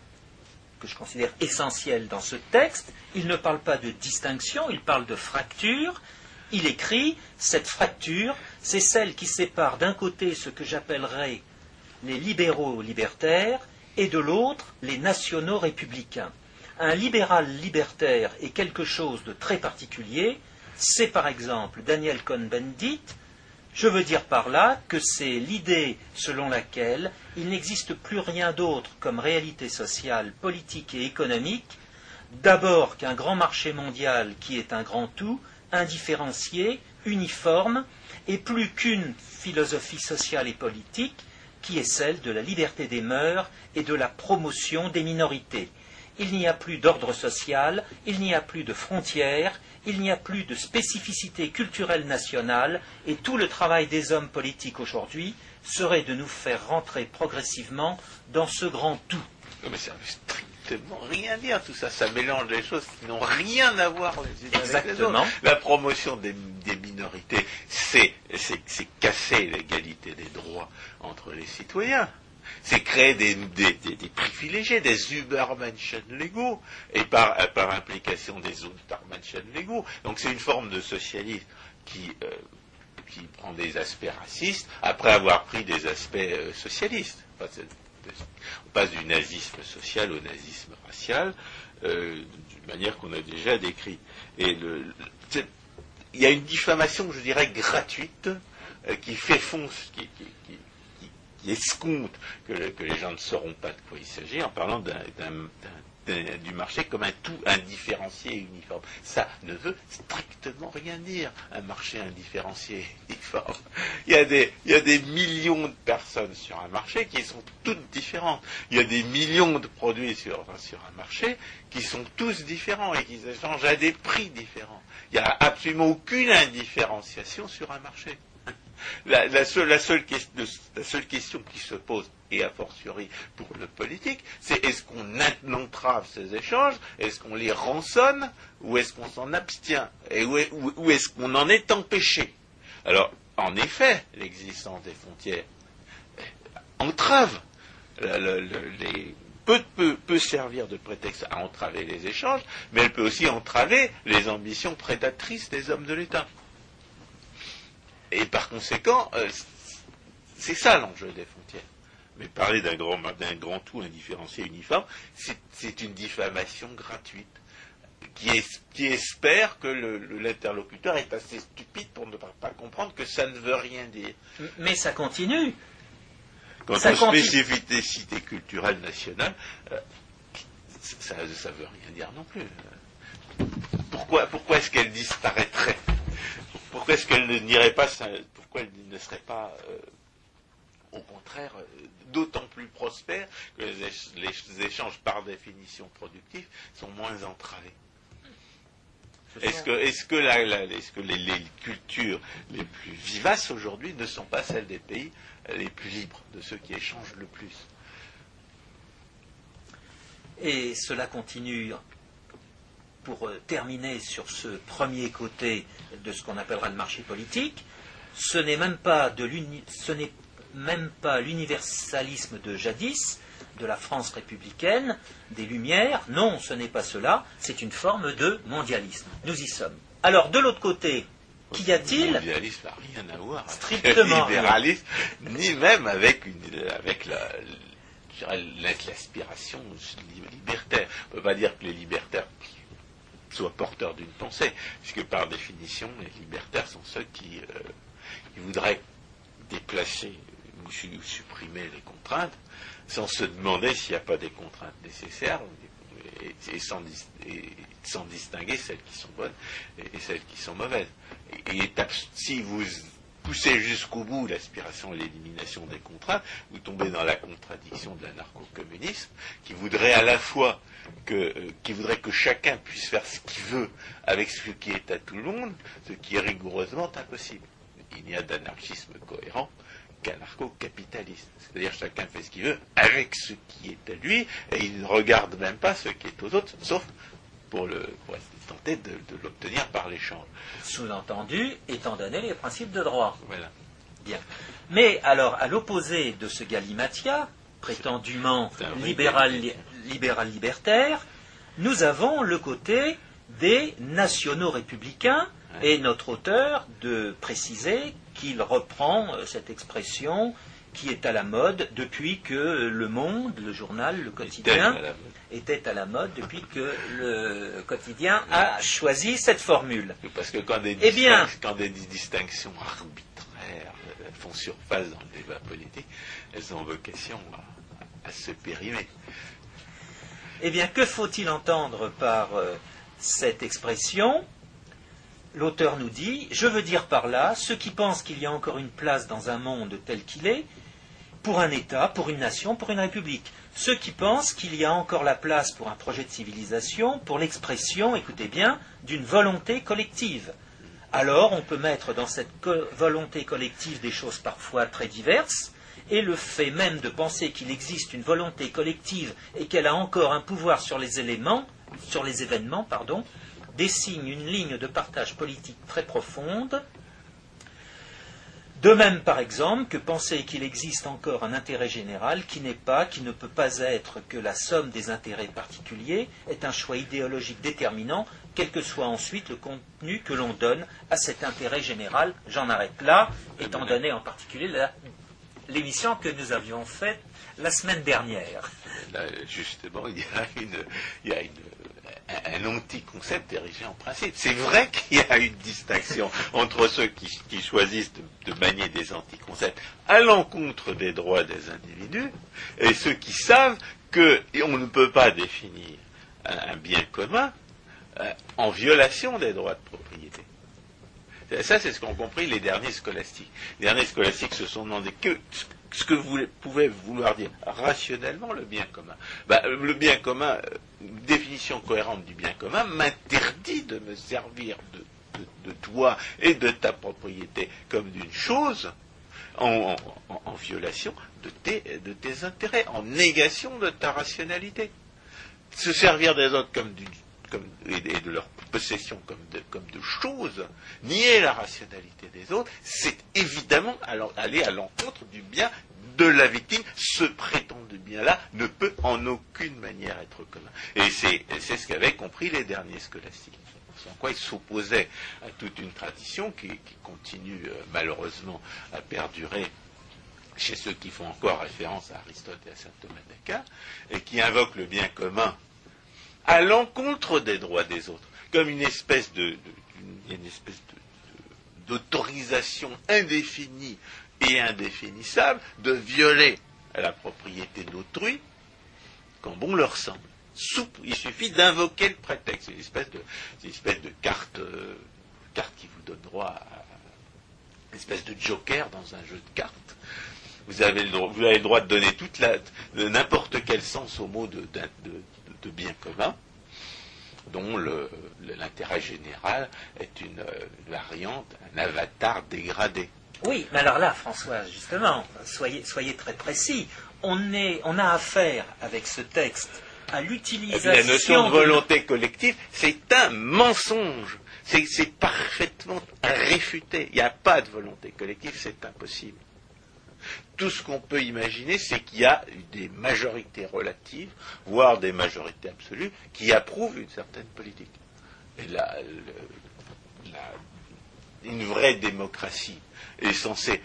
que je considère essentiel dans ce texte. Il ne parle pas de distinction, il parle de fracture. Il écrit « Cette fracture, c'est celle qui sépare d'un côté ce que j'appellerais les libéraux libertaires et de l'autre, les nationaux républicains. Un libéral libertaire est quelque chose de très particulier. C'est par exemple Daniel Cohn-Bendit. Je veux dire par là que c'est l'idée selon laquelle il n'existe plus rien d'autre comme réalité sociale, politique et économique, d'abord qu'un grand marché mondial qui est un grand tout, indifférencié, uniforme, et plus qu'une philosophie sociale et politique qui est celle de la liberté des mœurs et de la promotion des minorités. Il n'y a plus d'ordre social, il n'y a plus de frontières, il n'y a plus de spécificité culturelle nationale, et tout le travail des hommes politiques aujourd'hui serait de nous faire rentrer progressivement dans ce grand tout. Non, mais ça veut strictement rien dire, tout ça. Ça mélange des choses qui n'ont rien à voir les unes avec les autres. La promotion des, des minorités, c'est, c'est, c'est casser l'égalité des droits entre les citoyens. C'est créer des, des, des, des privilégiés, des Übermenschen légaux, et par, par implication des Untermenschen légaux. Donc c'est une forme de socialisme qui, euh, qui prend des aspects racistes après avoir pris des aspects euh, socialistes. Enfin, on passe du nazisme social au nazisme racial, euh, d'une manière qu'on a déjà décrite. Et le, le, il y a une diffamation, je dirais, gratuite, euh, qui fait fond, qui, qui, qui qui escompte que, que les gens ne sauront pas de quoi il s'agit en parlant d'un, d'un, d'un, du marché comme un tout indifférencié et uniforme. Ça ne veut strictement rien dire, un marché indifférencié et uniforme. Il y a des, il y a des millions de personnes sur un marché qui sont toutes différentes. Il y a des millions de produits sur, sur un marché qui sont tous différents et qui s'échangent à des prix différents. Il n'y a absolument aucune indifférenciation sur un marché. La, la, seule, la, seule question, la seule question qui se pose, et a fortiori pour le politique, c'est est-ce qu'on entrave ces échanges, est-ce qu'on les rançonne, ou est-ce qu'on s'en abstient, et où, est, où, où est-ce qu'on en est empêché. Alors, en effet, l'existence des frontières entrave, le, le, le, les, peut, peut, peut servir de prétexte à entraver les échanges, mais elle peut aussi entraver les ambitions prédatrices des hommes de l'État. Et par conséquent, euh, c'est ça l'enjeu des frontières. Mais parler d'un grand, d'un grand tout indifférencié uniforme, c'est, c'est une diffamation gratuite, qui, est, qui espère que le, le, l'interlocuteur est assez stupide pour ne pas, pas comprendre que ça ne veut rien dire. Mais ça continue. Quant ça aux continue. spécificités culturelles nationales, euh, ça ne veut rien dire non plus. Pourquoi, pourquoi est-ce qu'elle disparaîtrait ? Pourquoi est-ce qu'elle n'irait pas, pourquoi elle ne serait pas, euh, au contraire, euh, d'autant plus prospère que les, éch- les échanges par définition productifs sont moins entravés. Est-ce que, est-ce que, la, la, est-ce que les, les cultures les plus vivaces aujourd'hui ne sont pas celles des pays les plus libres, de ceux qui échangent le plus ? Et cela continue. Pour terminer sur ce premier côté de ce qu'on appellera le marché politique, ce n'est même pas, de l'uni... ce n'est même pas l'universalisme de jadis, de la France républicaine, des Lumières. Non, ce n'est pas cela. C'est une forme de mondialisme. Nous y sommes. Alors, de l'autre côté, qu'y a-t-il ? Le mondialisme n'a rien à voir Strictement avec le libéralisme, ni même avec, une, avec la, je dirais, l'aspiration libertaire. On ne peut pas dire que les libertaires soient porteurs d'une pensée, puisque par définition, les libertaires sont ceux qui, euh, qui voudraient déplacer ou su- supprimer les contraintes, sans se demander s'il n'y a pas des contraintes nécessaires, et, et, sans, et sans distinguer celles qui sont bonnes et, et celles qui sont mauvaises. Et, et si vous poussez jusqu'au bout l'aspiration à l'élimination des contraintes, vous tombez dans la contradiction de l'anarcho-communisme, qui voudrait à la fois que, euh, qui voudrait que chacun puisse faire ce qu'il veut avec ce qui est à tout le monde, ce qui est rigoureusement impossible. Il n'y a d'anarchisme cohérent qu'anarcho-capitaliste. C'est-à-dire chacun fait ce qu'il veut avec ce qui est à lui, et il ne regarde même pas ce qui est aux autres, sauf pour, le, pour tenter de, de l'obtenir par l'échange. Sous-entendu, étant donné les principes de droit. Voilà. Bien. Mais alors, à l'opposé de ce galimatia, prétendument libéral, libéral libertaire, nous avons le côté des nationaux républicains, ouais. Et notre auteur de préciser qu'il reprend cette expression qui est à la mode depuis que Le Monde, le journal, le quotidien, était à la mode depuis que le quotidien a choisi cette formule. Parce que quand des, eh bien, quand des distinctions arbitraires font surface dans le débat politique, elles ont vocation à, à se périmer. Eh bien, que faut-il entendre par euh, cette expression ? L'auteur nous dit, je veux dire par là, ceux qui pensent qu'il y a encore une place dans un monde tel qu'il est, pour un État, pour une nation, pour une république. Ceux qui pensent qu'il y a encore la place pour un projet de civilisation, pour l'expression, écoutez bien, d'une volonté collective. Alors, on peut mettre dans cette co- volonté collective des choses parfois très diverses, et le fait même de penser qu'il existe une volonté collective et qu'elle a encore un pouvoir sur les éléments, sur les événements, pardon, dessine une ligne de partage politique très profonde. De même, par exemple, que penser qu'il existe encore un intérêt général qui n'est pas, qui ne peut pas être que la somme des intérêts particuliers est un choix idéologique déterminant, quel que soit ensuite le contenu que l'on donne à cet intérêt général. J'en arrête là, étant donné en particulier la, l'émission que nous avions faite la semaine dernière. Là, justement, il y a une... Il y a une un anti-concept érigé en principe. C'est vrai qu'il y a une distinction entre ceux qui, qui choisissent de, de manier des anti-concepts à l'encontre des droits des individus et ceux qui savent qu'on ne peut pas définir un, un bien commun euh, en violation des droits de propriété. Ça, c'est ce qu'ont compris les derniers scolastiques. Les derniers scolastiques se sont demandé que ce que vous pouvez vouloir dire rationnellement le bien commun. Ben, le bien commun, une définition cohérente du bien commun m'interdit de me servir de, de, de toi et de ta propriété comme d'une chose en, en, en violation de tes, de tes intérêts, en négation de ta rationalité. Se servir des autres comme d'une Comme, et de leur possession comme de, comme de choses, nier la rationalité des autres, c'est évidemment alors aller à l'encontre du bien de la victime. Ce prétendu bien-là ne peut en aucune manière être commun. Et c'est, c'est ce qu'avaient compris les derniers scolastiques. Sans quoi ils s'opposaient à toute une tradition qui, qui continue euh, malheureusement à perdurer chez ceux qui font encore référence à Aristote et à saint Thomas d'Aquin, et qui invoquent le bien commun à l'encontre des droits des autres, comme une espèce de, de une, une espèce de, de, d'autorisation indéfinie et indéfinissable de violer la propriété d'autrui quand bon leur semble. Souple, il suffit d'invoquer le prétexte. C'est une espèce de, c'est une espèce de carte, euh, carte qui vous donne droit à une espèce de joker dans un jeu de cartes. Vous avez le droit, vous avez le droit de donner toute la, de n'importe quel sens au mot de, de, de, de bien commun, dont le, le, l'intérêt général est une, une variante, un avatar dégradé. Oui, mais alors là, François, justement, soyez, soyez très précis. On, est, on a affaire avec ce texte à l'utilisation. La notion de volonté collective, c'est un mensonge. C'est, c'est parfaitement réfuté. Il n'y a pas de volonté collective, c'est impossible. Tout ce qu'on peut imaginer, c'est qu'il y a des majorités relatives, voire des majorités absolues, qui approuvent une certaine politique. Et la, le, la, une vraie démocratie est censée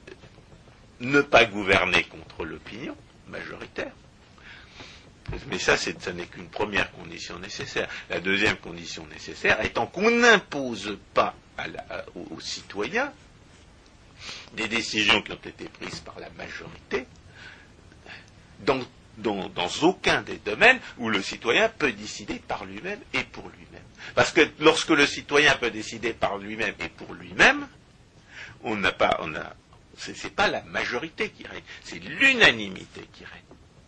ne pas gouverner contre l'opinion majoritaire. Mais ça, c'est, ça n'est qu'une première condition nécessaire. La deuxième condition nécessaire étant qu'on n'impose pas à la, à, aux, aux citoyens des décisions qui ont été prises par la majorité dans, dans, dans aucun des domaines où le citoyen peut décider par lui-même et pour lui-même. Parce que lorsque le citoyen peut décider par lui-même et pour lui-même, on n'a pas, on a, c'est, c'est pas la majorité qui règne, c'est l'unanimité qui règne.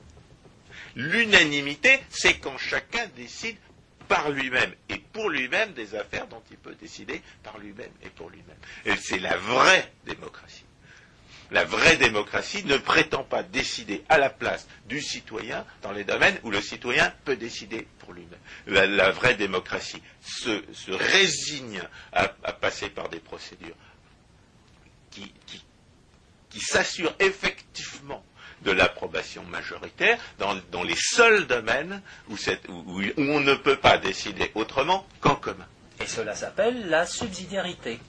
L'unanimité, c'est quand chacun décide par lui-même et pour lui-même des affaires dont il peut décider par lui-même et pour lui-même. Et c'est la vraie démocratie. La vraie démocratie ne prétend pas décider à la place du citoyen dans les domaines où le citoyen peut décider pour lui-même. La, la vraie démocratie se, se résigne à, à passer par des procédures qui, qui, qui s'assurent effectivement de l'approbation majoritaire dans, dans les seuls domaines où, cette, où, où on ne peut pas décider autrement qu'en commun. Et cela s'appelle la subsidiarité.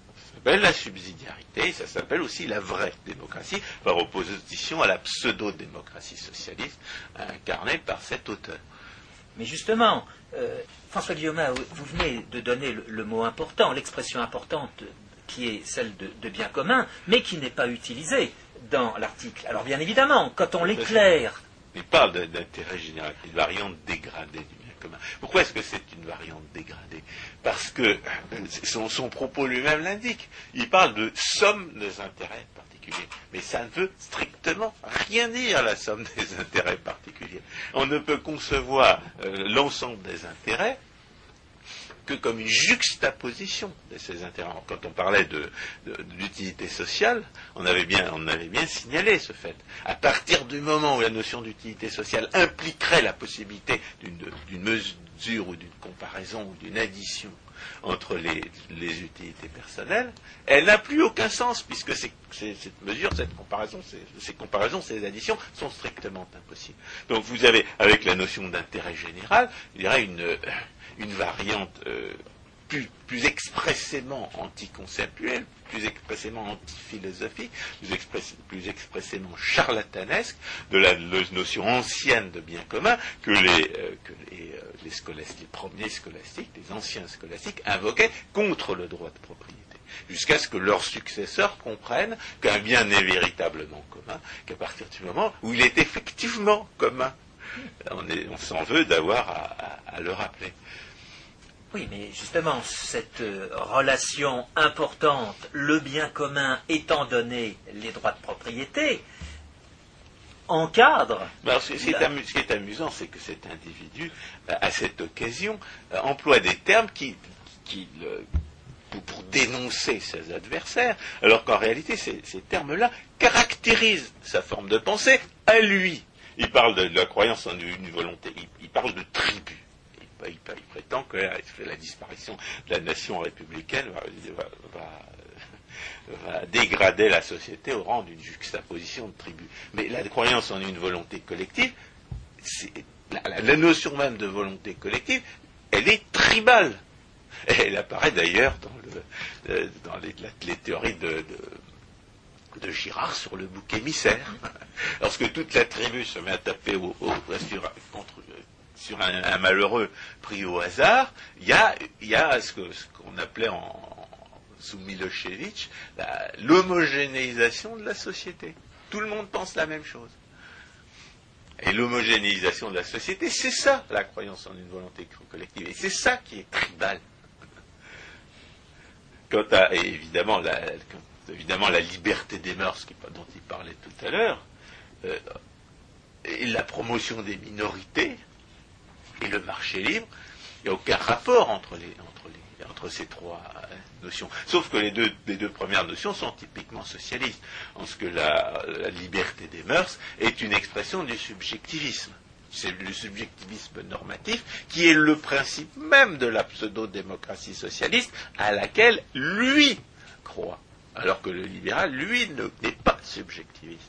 s'appelle la subsidiarité, ça s'appelle aussi la vraie démocratie, par opposition à la pseudo-démocratie socialiste incarnée par cet auteur. Mais justement, euh, François Guillaume, vous venez de donner le, le mot important, l'expression importante qui est celle de, de bien commun, mais qui n'est pas utilisée dans l'article. Alors bien évidemment, quand on l'éclaire... Il parle d'intérêt général, une variante dégradée du bien commun. Pourquoi est-ce que c'est une variante dégradée? Parce que son, son propos lui-même l'indique. Il parle de somme des intérêts particuliers. Mais ça ne veut strictement rien dire, la somme des intérêts particuliers. On ne peut concevoir euh, l'ensemble des intérêts que comme une juxtaposition de ces intérêts. Quand on parlait de, de, de l'utilité sociale, on avait, bien, on avait bien signalé ce fait. À partir du moment où la notion d'utilité sociale impliquerait la possibilité d'une, d'une mesure ou d'une comparaison ou d'une addition entre les, les utilités personnelles, elle n'a plus aucun sens, puisque ces, ces, cette mesure, cette comparaison, ces, ces comparaisons, ces additions sont strictement impossibles. Donc vous avez, avec la notion d'intérêt général, je dirais une... une variante euh, plus, plus expressément anticonceptuelle, plus expressément anti-philosophique, plus, express, plus expressément charlatanesque de la, la notion ancienne de bien commun que les, euh, que les, euh, les, scolastiques, les premiers scolastiques, les anciens scolastiques invoquaient contre le droit de propriété, jusqu'à ce que leurs successeurs comprennent qu'un bien n'est véritablement commun qu'à partir du moment où il est effectivement commun. On, est, on s'en veut d'avoir à, à, à le rappeler. Oui, mais justement, cette euh, relation importante, le bien commun étant donné les droits de propriété, encadre... Alors, ce, ce, qui la... amu, ce qui est amusant, c'est que cet individu, à cette occasion, euh, emploie des termes qui... qui le, pour, pour dénoncer ses adversaires, alors qu'en réalité, ces, ces termes-là caractérisent sa forme de pensée à lui. Il parle de, de la croyance en une volonté, il, il parle de tribu. Il, il, il prétend que la, la disparition de la nation républicaine va, va, va, va dégrader la société au rang d'une juxtaposition de tribus. Mais la croyance en une volonté collective, c'est, la, la, la notion même de volonté collective, elle est tribale. Et elle apparaît d'ailleurs dans, le, dans les, les théories de... de de Girard sur le bouc émissaire. Lorsque toute la tribu se met à taper au, au, sur, contre, sur un, un malheureux pris au hasard, il y a, y a ce, que, ce qu'on appelait en, sous Milošević la, l'homogénéisation de la société. Tout le monde pense la même chose. Et l'homogénéisation de la société, c'est ça, la croyance en une volonté collective. Et c'est ça qui est tribal. Quant à, et évidemment, la, évidemment, la liberté des mœurs dont il parlait tout à l'heure, euh, et la promotion des minorités et le marché libre, il n'y a aucun rapport entre, les, entre, les, entre ces trois notions. Sauf que les deux, les deux premières notions sont typiquement socialistes, en ce que la, la liberté des mœurs est une expression du subjectivisme. C'est le subjectivisme normatif qui est le principe même de la pseudo-démocratie socialiste à laquelle lui croit. Alors que le libéral, lui, ne, n'est pas subjectiviste.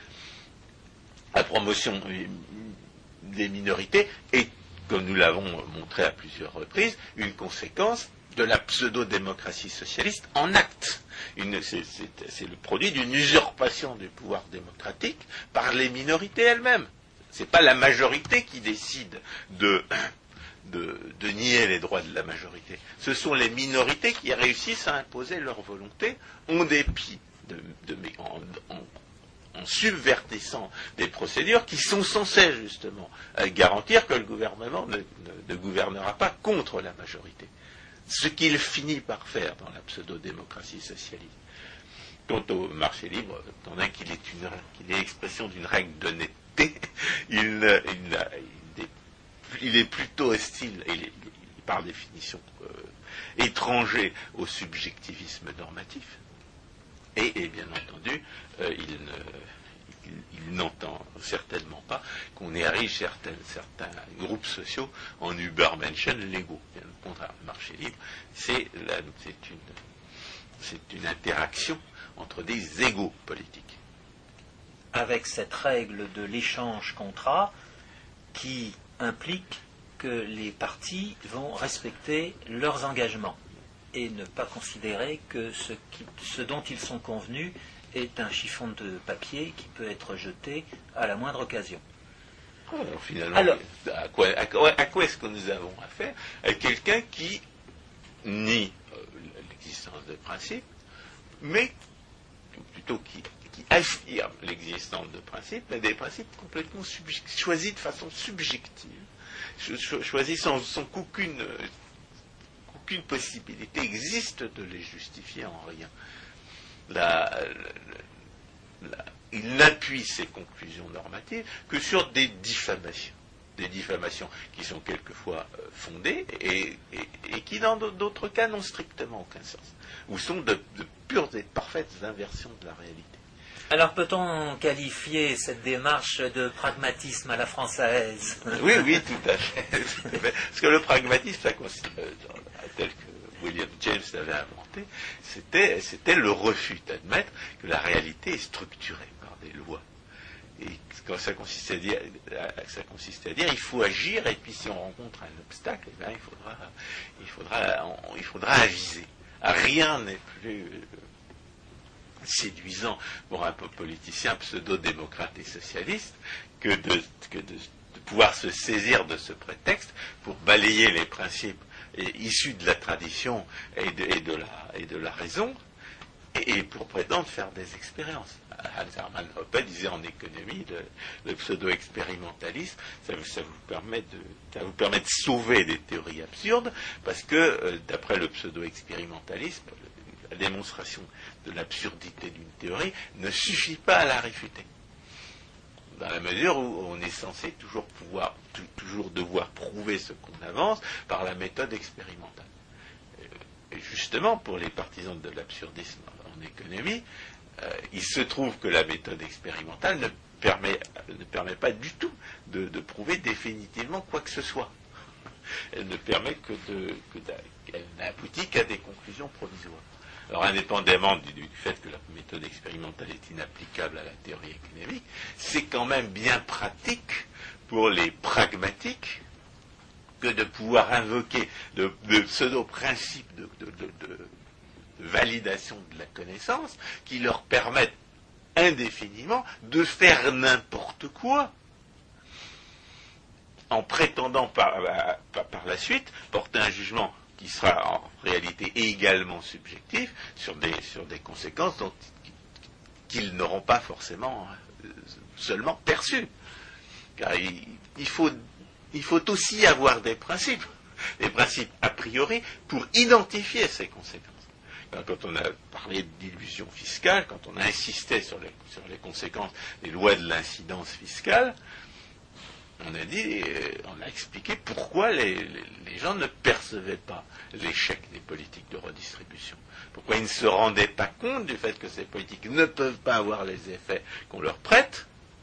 La promotion des minorités est, comme nous l'avons montré à plusieurs reprises, une conséquence de la pseudo-démocratie socialiste en acte. Une, c'est, c'est, c'est le produit d'une usurpation du pouvoir démocratique par les minorités elles-mêmes. Ce n'est pas la majorité qui décide de... De, de nier les droits de la majorité. Ce sont les minorités qui réussissent à imposer leur volonté en dépit, de, de, en, en, en subvertissant des procédures qui sont censées justement garantir que le gouvernement ne, ne, ne gouvernera pas contre la majorité. Ce qu'il finit par faire dans la pseudo-démocratie socialiste. Quant au marché libre, étant donné qu'il est, une, qu'il est l'expression d'une règle d'honnêteté, il, il, il il est plutôt hostile, il est, par définition, euh, étranger au subjectivisme normatif. Et, et bien entendu, euh, il, ne, il, il n'entend certainement pas qu'on érige certains, certains groupes sociaux en Übermenschen légaux. Bien au contraire, le marché libre, c'est, la, c'est, une, c'est une interaction entre des égaux politiques. Avec cette règle de l'échange-contrat qui implique que les partis vont respecter leurs engagements. et ne pas considérer que ce, qui, ce dont ils sont convenus est un chiffon de papier qui peut être jeté à la moindre occasion. Alors finalement, Alors, à quoi, à quoi, à quoi est-ce que nous avons affaire? À quelqu'un qui nie euh, l'existence de principes, mais plutôt qui, qui affirme l'existence de principes, mais des principes complètement subje- choisis de façon subjective, cho- choisis sans, sans qu'aucune, qu'aucune possibilité existe de les justifier en rien. La, la, la, il n'appuie ses conclusions normatives que sur des diffamations. Des diffamations qui sont quelquefois euh, fondées et, et, et qui, dans d'autres cas, n'ont strictement aucun sens, ou sont de, de pures et parfaites inversions de la réalité. Alors peut-on qualifier cette démarche de pragmatisme à la française? Oui, oui, tout à fait. Tout à fait. Parce que le pragmatisme, ça consiste, euh, tel que William James l'avait inventé, c'était, c'était le refus d'admettre que la réalité est structurée par des lois. Et quand ça consiste à dire, ça consiste à dire, il faut agir, et puis si on rencontre un obstacle, eh bien, il faudra, il faudra, on, il faudra aviser. Rien n'est plus euh, séduisant pour un politicien pseudo-démocrate et socialiste que de, que de, de pouvoir se saisir de ce prétexte pour balayer les principes issus de la tradition et de, et de, la, et de la raison, et, et pour prétendre faire des expériences. Hans Hermann Hoppe disait en économie, le, le pseudo-expérimentalisme, ça, ça, vous permet de, ça vous permet de sauver des théories absurdes, parce que, euh, d'après le pseudo-expérimentalisme, la démonstration de l'absurdité d'une théorie ne suffit pas à la réfuter. Dans la mesure où on est censé toujours pouvoir, t- toujours devoir prouver ce qu'on avance par la méthode expérimentale. Et justement, pour les partisans de l'absurdisme en économie, euh, il se trouve que la méthode expérimentale ne permet, ne permet pas du tout de, de prouver définitivement quoi que ce soit. Elle ne permet que de, que elle n'aboutit qu'à des conclusions provisoires. Alors, indépendamment du, du fait que la méthode expérimentale est inapplicable à la théorie économique, c'est quand même bien pratique pour les pragmatiques que de pouvoir invoquer de, de pseudo-principes de, de, de, de, de validation de la connaissance qui leur permettent indéfiniment de faire n'importe quoi en prétendant par, par, par la suite porter un jugement qui sera en réalité également subjectif sur des, sur des conséquences dont, qu'ils n'auront pas forcément euh, seulement perçues. Car il, il, faut, il faut aussi avoir des principes, des principes a priori, pour identifier ces conséquences. Quand on a parlé d'illusion fiscale, quand on a insisté sur les, sur les conséquences des lois de l'incidence fiscale, on a dit, on a expliqué pourquoi les, les, les gens ne percevaient pas l'échec des politiques de redistribution. Pourquoi ils ne se rendaient pas compte du fait que ces politiques ne peuvent pas avoir les effets qu'on leur prête,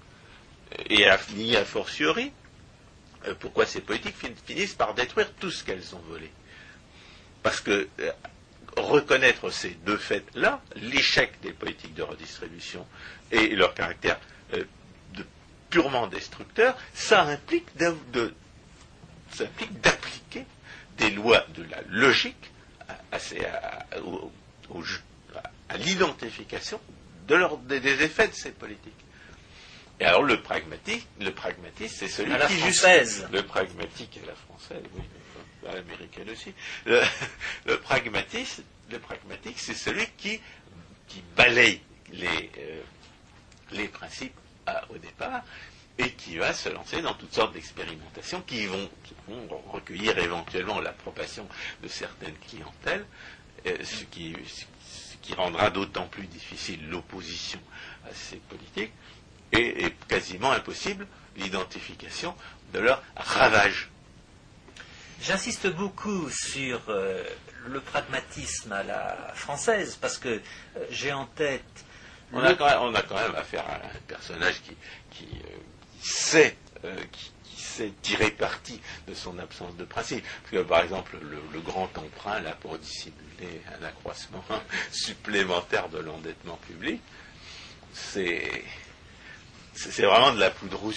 et a, ni a fortiori, pourquoi ces politiques finissent par détruire tout ce qu'elles ont volé. Parce que euh, reconnaître ces deux faits-là, l'échec des politiques de redistribution et leur caractère euh, purement destructeur, ça implique, de, de, ça implique d'appliquer des lois de la logique à, à, à, au, au, à l'identification de leur, des, des effets de ces politiques. Et alors le pragmatique, le pragmatique, c'est celui à la qui française. Le pragmatique à la française, oui, à l'américaine aussi. Le, le pragmatique, le pragmatique, c'est celui qui, qui balaye les, euh, les principes au départ, et qui va se lancer dans toutes sortes d'expérimentations qui vont, qui vont recueillir éventuellement l'approbation de certaines clientèles, euh, ce, qui, ce qui rendra d'autant plus difficile l'opposition à ces politiques, et, et quasiment impossible l'identification de leur ravage. J'insiste beaucoup sur euh, le pragmatisme à la française, parce que euh, j'ai en tête On a, quand même, on a quand même affaire à un personnage qui, qui, euh, qui, sait, euh, qui, qui sait tirer parti de son absence de principe. Parce que, par exemple, le, le grand emprunt, là, pour dissimuler un accroissement supplémentaire de l'endettement public, c'est, c'est vraiment de la poudre aux yeux.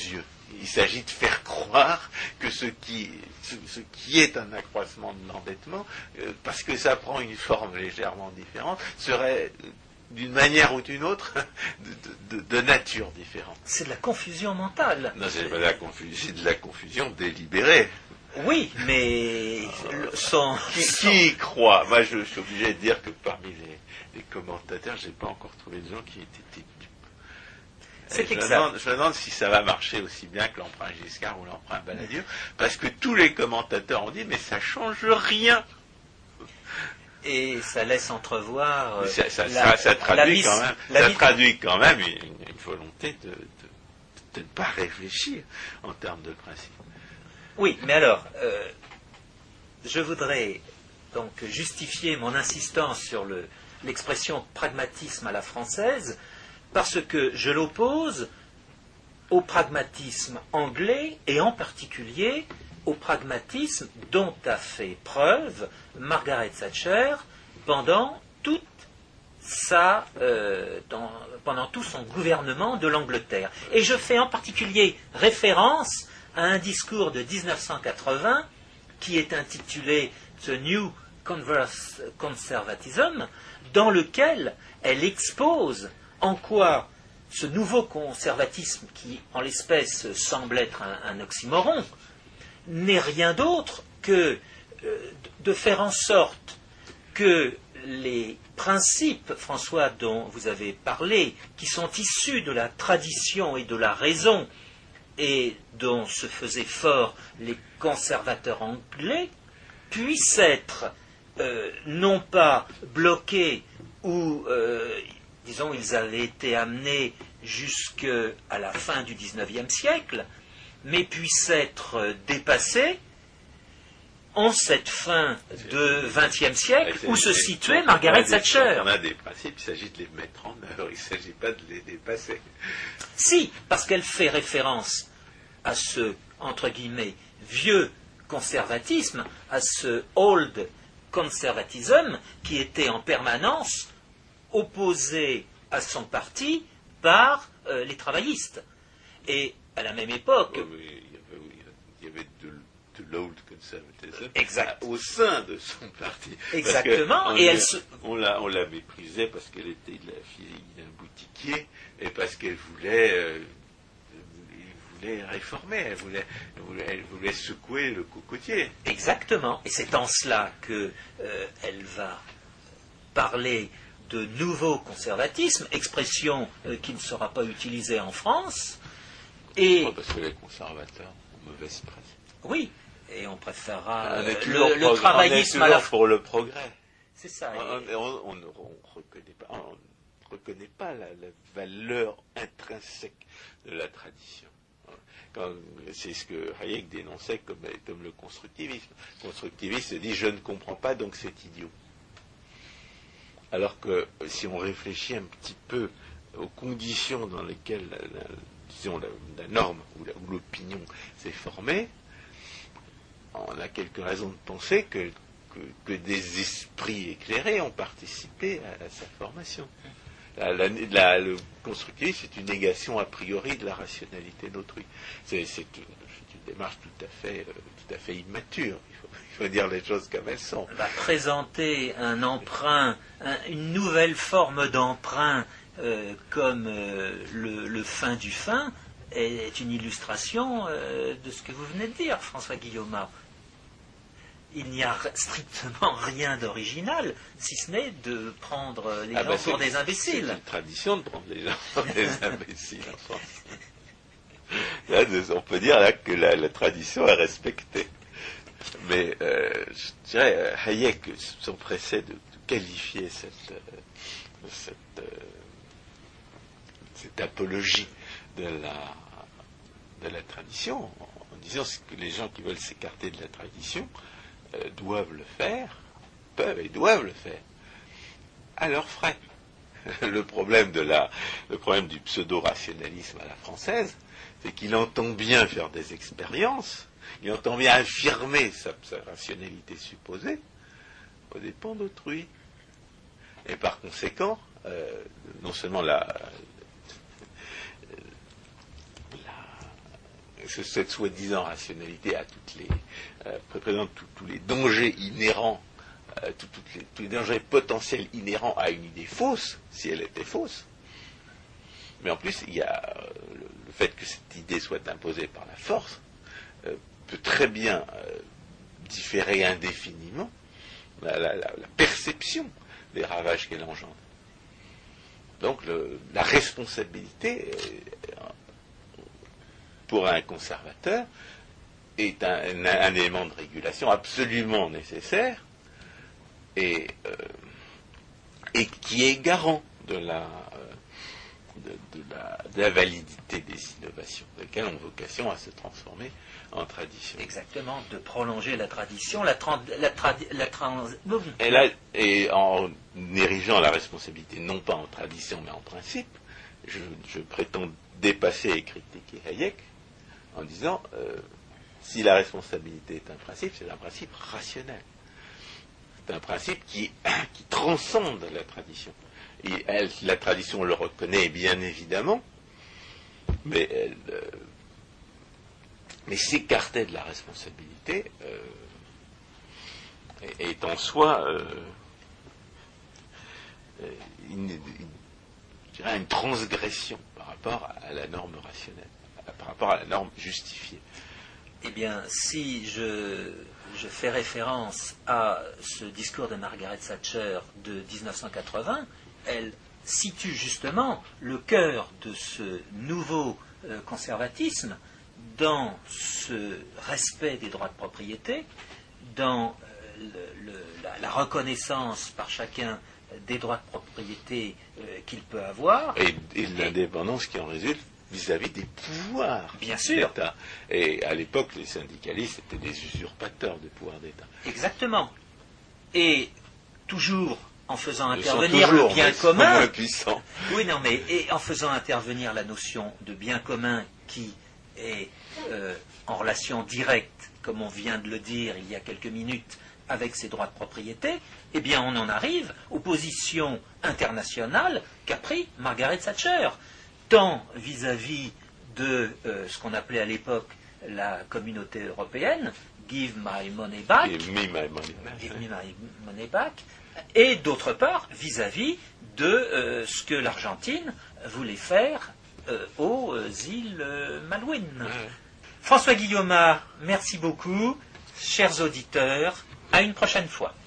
il s'agit de faire croire que ce qui, ce, ce qui est un accroissement de l'endettement, euh, parce que ça prend une forme légèrement différente, serait euh, d'une manière ou d'une autre de, de, de nature différente. C'est de la confusion mentale. Non, c'est pas de la confusion, c'est de la confusion délibérée. Oui, mais sans... Qui, qui y croit? Moi, je, je suis obligé de dire que parmi les, les commentateurs, j'ai pas encore trouvé de gens qui étaient dupes. C'est je, me exact. demande, je me demande si ça va marcher aussi bien que l'emprunt Giscard ou l'emprunt Balladur, parce que tous les commentateurs ont dit, mais ça change rien. Et ça laisse entrevoir... Euh, ça, ça, la, ça, ça traduit mise, quand même, ça traduit quand même une, une volonté de, de, de ne pas réfléchir en termes de principe. Oui, mais alors, euh, je voudrais donc justifier mon insistance sur le, l'expression pragmatisme à la française, parce que je l'oppose au pragmatisme anglais, et en particulier au pragmatisme dont a fait preuve Margaret Thatcher pendant toute sa, euh, dans, pendant tout son gouvernement de l'Angleterre. Et je fais en particulier référence à un discours de dix-neuf cent quatre-vingts qui est intitulé The New Conservatism, dans lequel elle expose en quoi ce nouveau conservatisme, qui en l'espèce semble être un, un oxymoron, n'est rien d'autre que euh, de faire en sorte que les principes, François, dont vous avez parlé, qui sont issus de la tradition et de la raison, et dont se faisaient fort les conservateurs anglais, puissent être euh, non pas bloqués ou, euh, disons, ils avaient été amenés jusqu'à la fin du dix-neuvième siècle, mais puissent être dépassés en cette fin de vingtième siècle où se situait Margaret Thatcher. On a des principes, il s'agit de les mettre en œuvre, il ne s'agit pas de les dépasser. Si, parce qu'elle fait référence à ce, entre guillemets, vieux conservatisme, à ce old conservatism qui était en permanence opposé à son parti par euh, les travaillistes. Et à la même époque... Oui, oui, il y avait, oui, il y avait de, de l'old conservatism exact. au sein de son parti. Exactement. Et elle l'a, se... on, l'a, on la méprisait parce qu'elle était la fille d'un boutiquier et parce qu'elle voulait... Euh, voulait réformer, elle voulait, elle, voulait, elle voulait secouer le cocotier. Exactement, et c'est en cela qu'elle euh, va parler de nouveau conservatisme, expression euh, qui ne sera pas utilisée en France. Et... Oh, parce que les conservateurs ont mauvaise presse. Oui, et on préférera on euh, est le, le progr... travaillisme on est à la pour le progrès. C'est ça. On ne on, on, on reconnaît pas, on reconnaît pas la, la valeur intrinsèque de la tradition. Quand, c'est ce que Hayek dénonçait comme, comme le constructivisme. Le constructiviste se dit je ne comprends pas donc c'est idiot. Alors que si on réfléchit un petit peu aux conditions dans lesquelles la, la, disons, la, la norme ou, la, ou l'opinion s'est formée, on a quelques raisons de penser que, que, que des esprits éclairés ont participé à, à sa formation. La, la, la, le constructivisme, c'est une négation a priori de la rationalité d'autrui. C'est, c'est, une, c'est une démarche tout à fait, euh, tout à fait immature. Il faut, il faut dire les choses comme elles sont. Va présenter un emprunt, un, une nouvelle forme d'emprunt euh, comme euh, le, le fin du fin est une illustration euh, de ce que vous venez de dire, François Guillaume. Il n'y a strictement rien d'original, si ce n'est de prendre les ah gens bah pour des imbéciles. C'est une tradition de prendre les gens pour des imbéciles en France. Là, on peut dire là, que la, la tradition est respectée. Mais euh, je dirais, Hayek s'empressait de, de qualifier cette, euh, cette, euh, cette apologie de la, de la tradition en, en disant que les gens qui veulent s'écarter de la tradition Euh, doivent le faire, peuvent et doivent le faire, à leurs frais. Le problème de la, le problème du pseudo-rationalisme à la française, c'est qu'il entend bien faire des expériences, il entend bien affirmer sa, sa rationalité supposée, aux dépens d'autrui. Et par conséquent, euh, non seulement la, la cette soi-disant rationalité a toutes les, euh, présente tous les dangers inhérents, euh, tout, tout les, tous les dangers potentiels inhérents à une idée fausse, si elle était fausse. Mais en plus, il y a euh, le, le fait que cette idée soit imposée par la force, euh, peut très bien euh, différer indéfiniment la, la, la, la perception des ravages qu'elle engendre. Donc le, la responsabilité euh, pour un conservateur est un, un, un élément de régulation absolument nécessaire et, euh, et qui est garant de la, de, de, la, de la validité des innovations, lesquelles ont vocation à se transformer en tradition. Exactement, de prolonger la tradition, la, tra la, tra la trans... Et là, et en érigeant la responsabilité non pas en tradition mais en principe, je, je prétends dépasser et critiquer Hayek en disant euh, si la responsabilité est un principe, c'est un principe rationnel. C'est un principe qui, qui transcende la tradition. Et elle, la tradition le reconnaît bien évidemment, mais elle, euh, mais s'écarter de la responsabilité euh, est, est en soi euh, une, une, je dirais une transgression par rapport à la norme rationnelle, par rapport à la norme justifiée. Eh bien, si je, je fais référence à ce discours de Margaret Thatcher de mille neuf cent quatre-vingts, elle situe justement le cœur de ce nouveau euh, conservatisme dans ce respect des droits de propriété, dans euh, le, le, la, la reconnaissance par chacun des droits de propriété euh, qu'il peut avoir. Et, et l'indépendance qui en résulte vis-à-vis des pouvoirs bien sûr. d'État. Et à l'époque, les syndicalistes étaient des usurpateurs des pouvoirs d'État. Exactement. Et toujours en faisant Ils intervenir toujours, le bien mais commun. Moins puissants. Oui, non, mais et en faisant intervenir la notion de bien commun qui est euh, en relation directe, comme on vient de le dire il y a quelques minutes, avec ces droits de propriété, eh bien on en arrive aux positions internationales qu'a pris Margaret Thatcher, tant vis-à-vis de euh, ce qu'on appelait à l'époque la communauté européenne, Give my money back, Give me my money back. Give me my money back, et d'autre part vis-à-vis de euh, ce que l'Argentine voulait faire euh, aux euh, îles euh, Malouines. Ouais. François Guillaumat, merci beaucoup. Chers auditeurs, à une prochaine fois.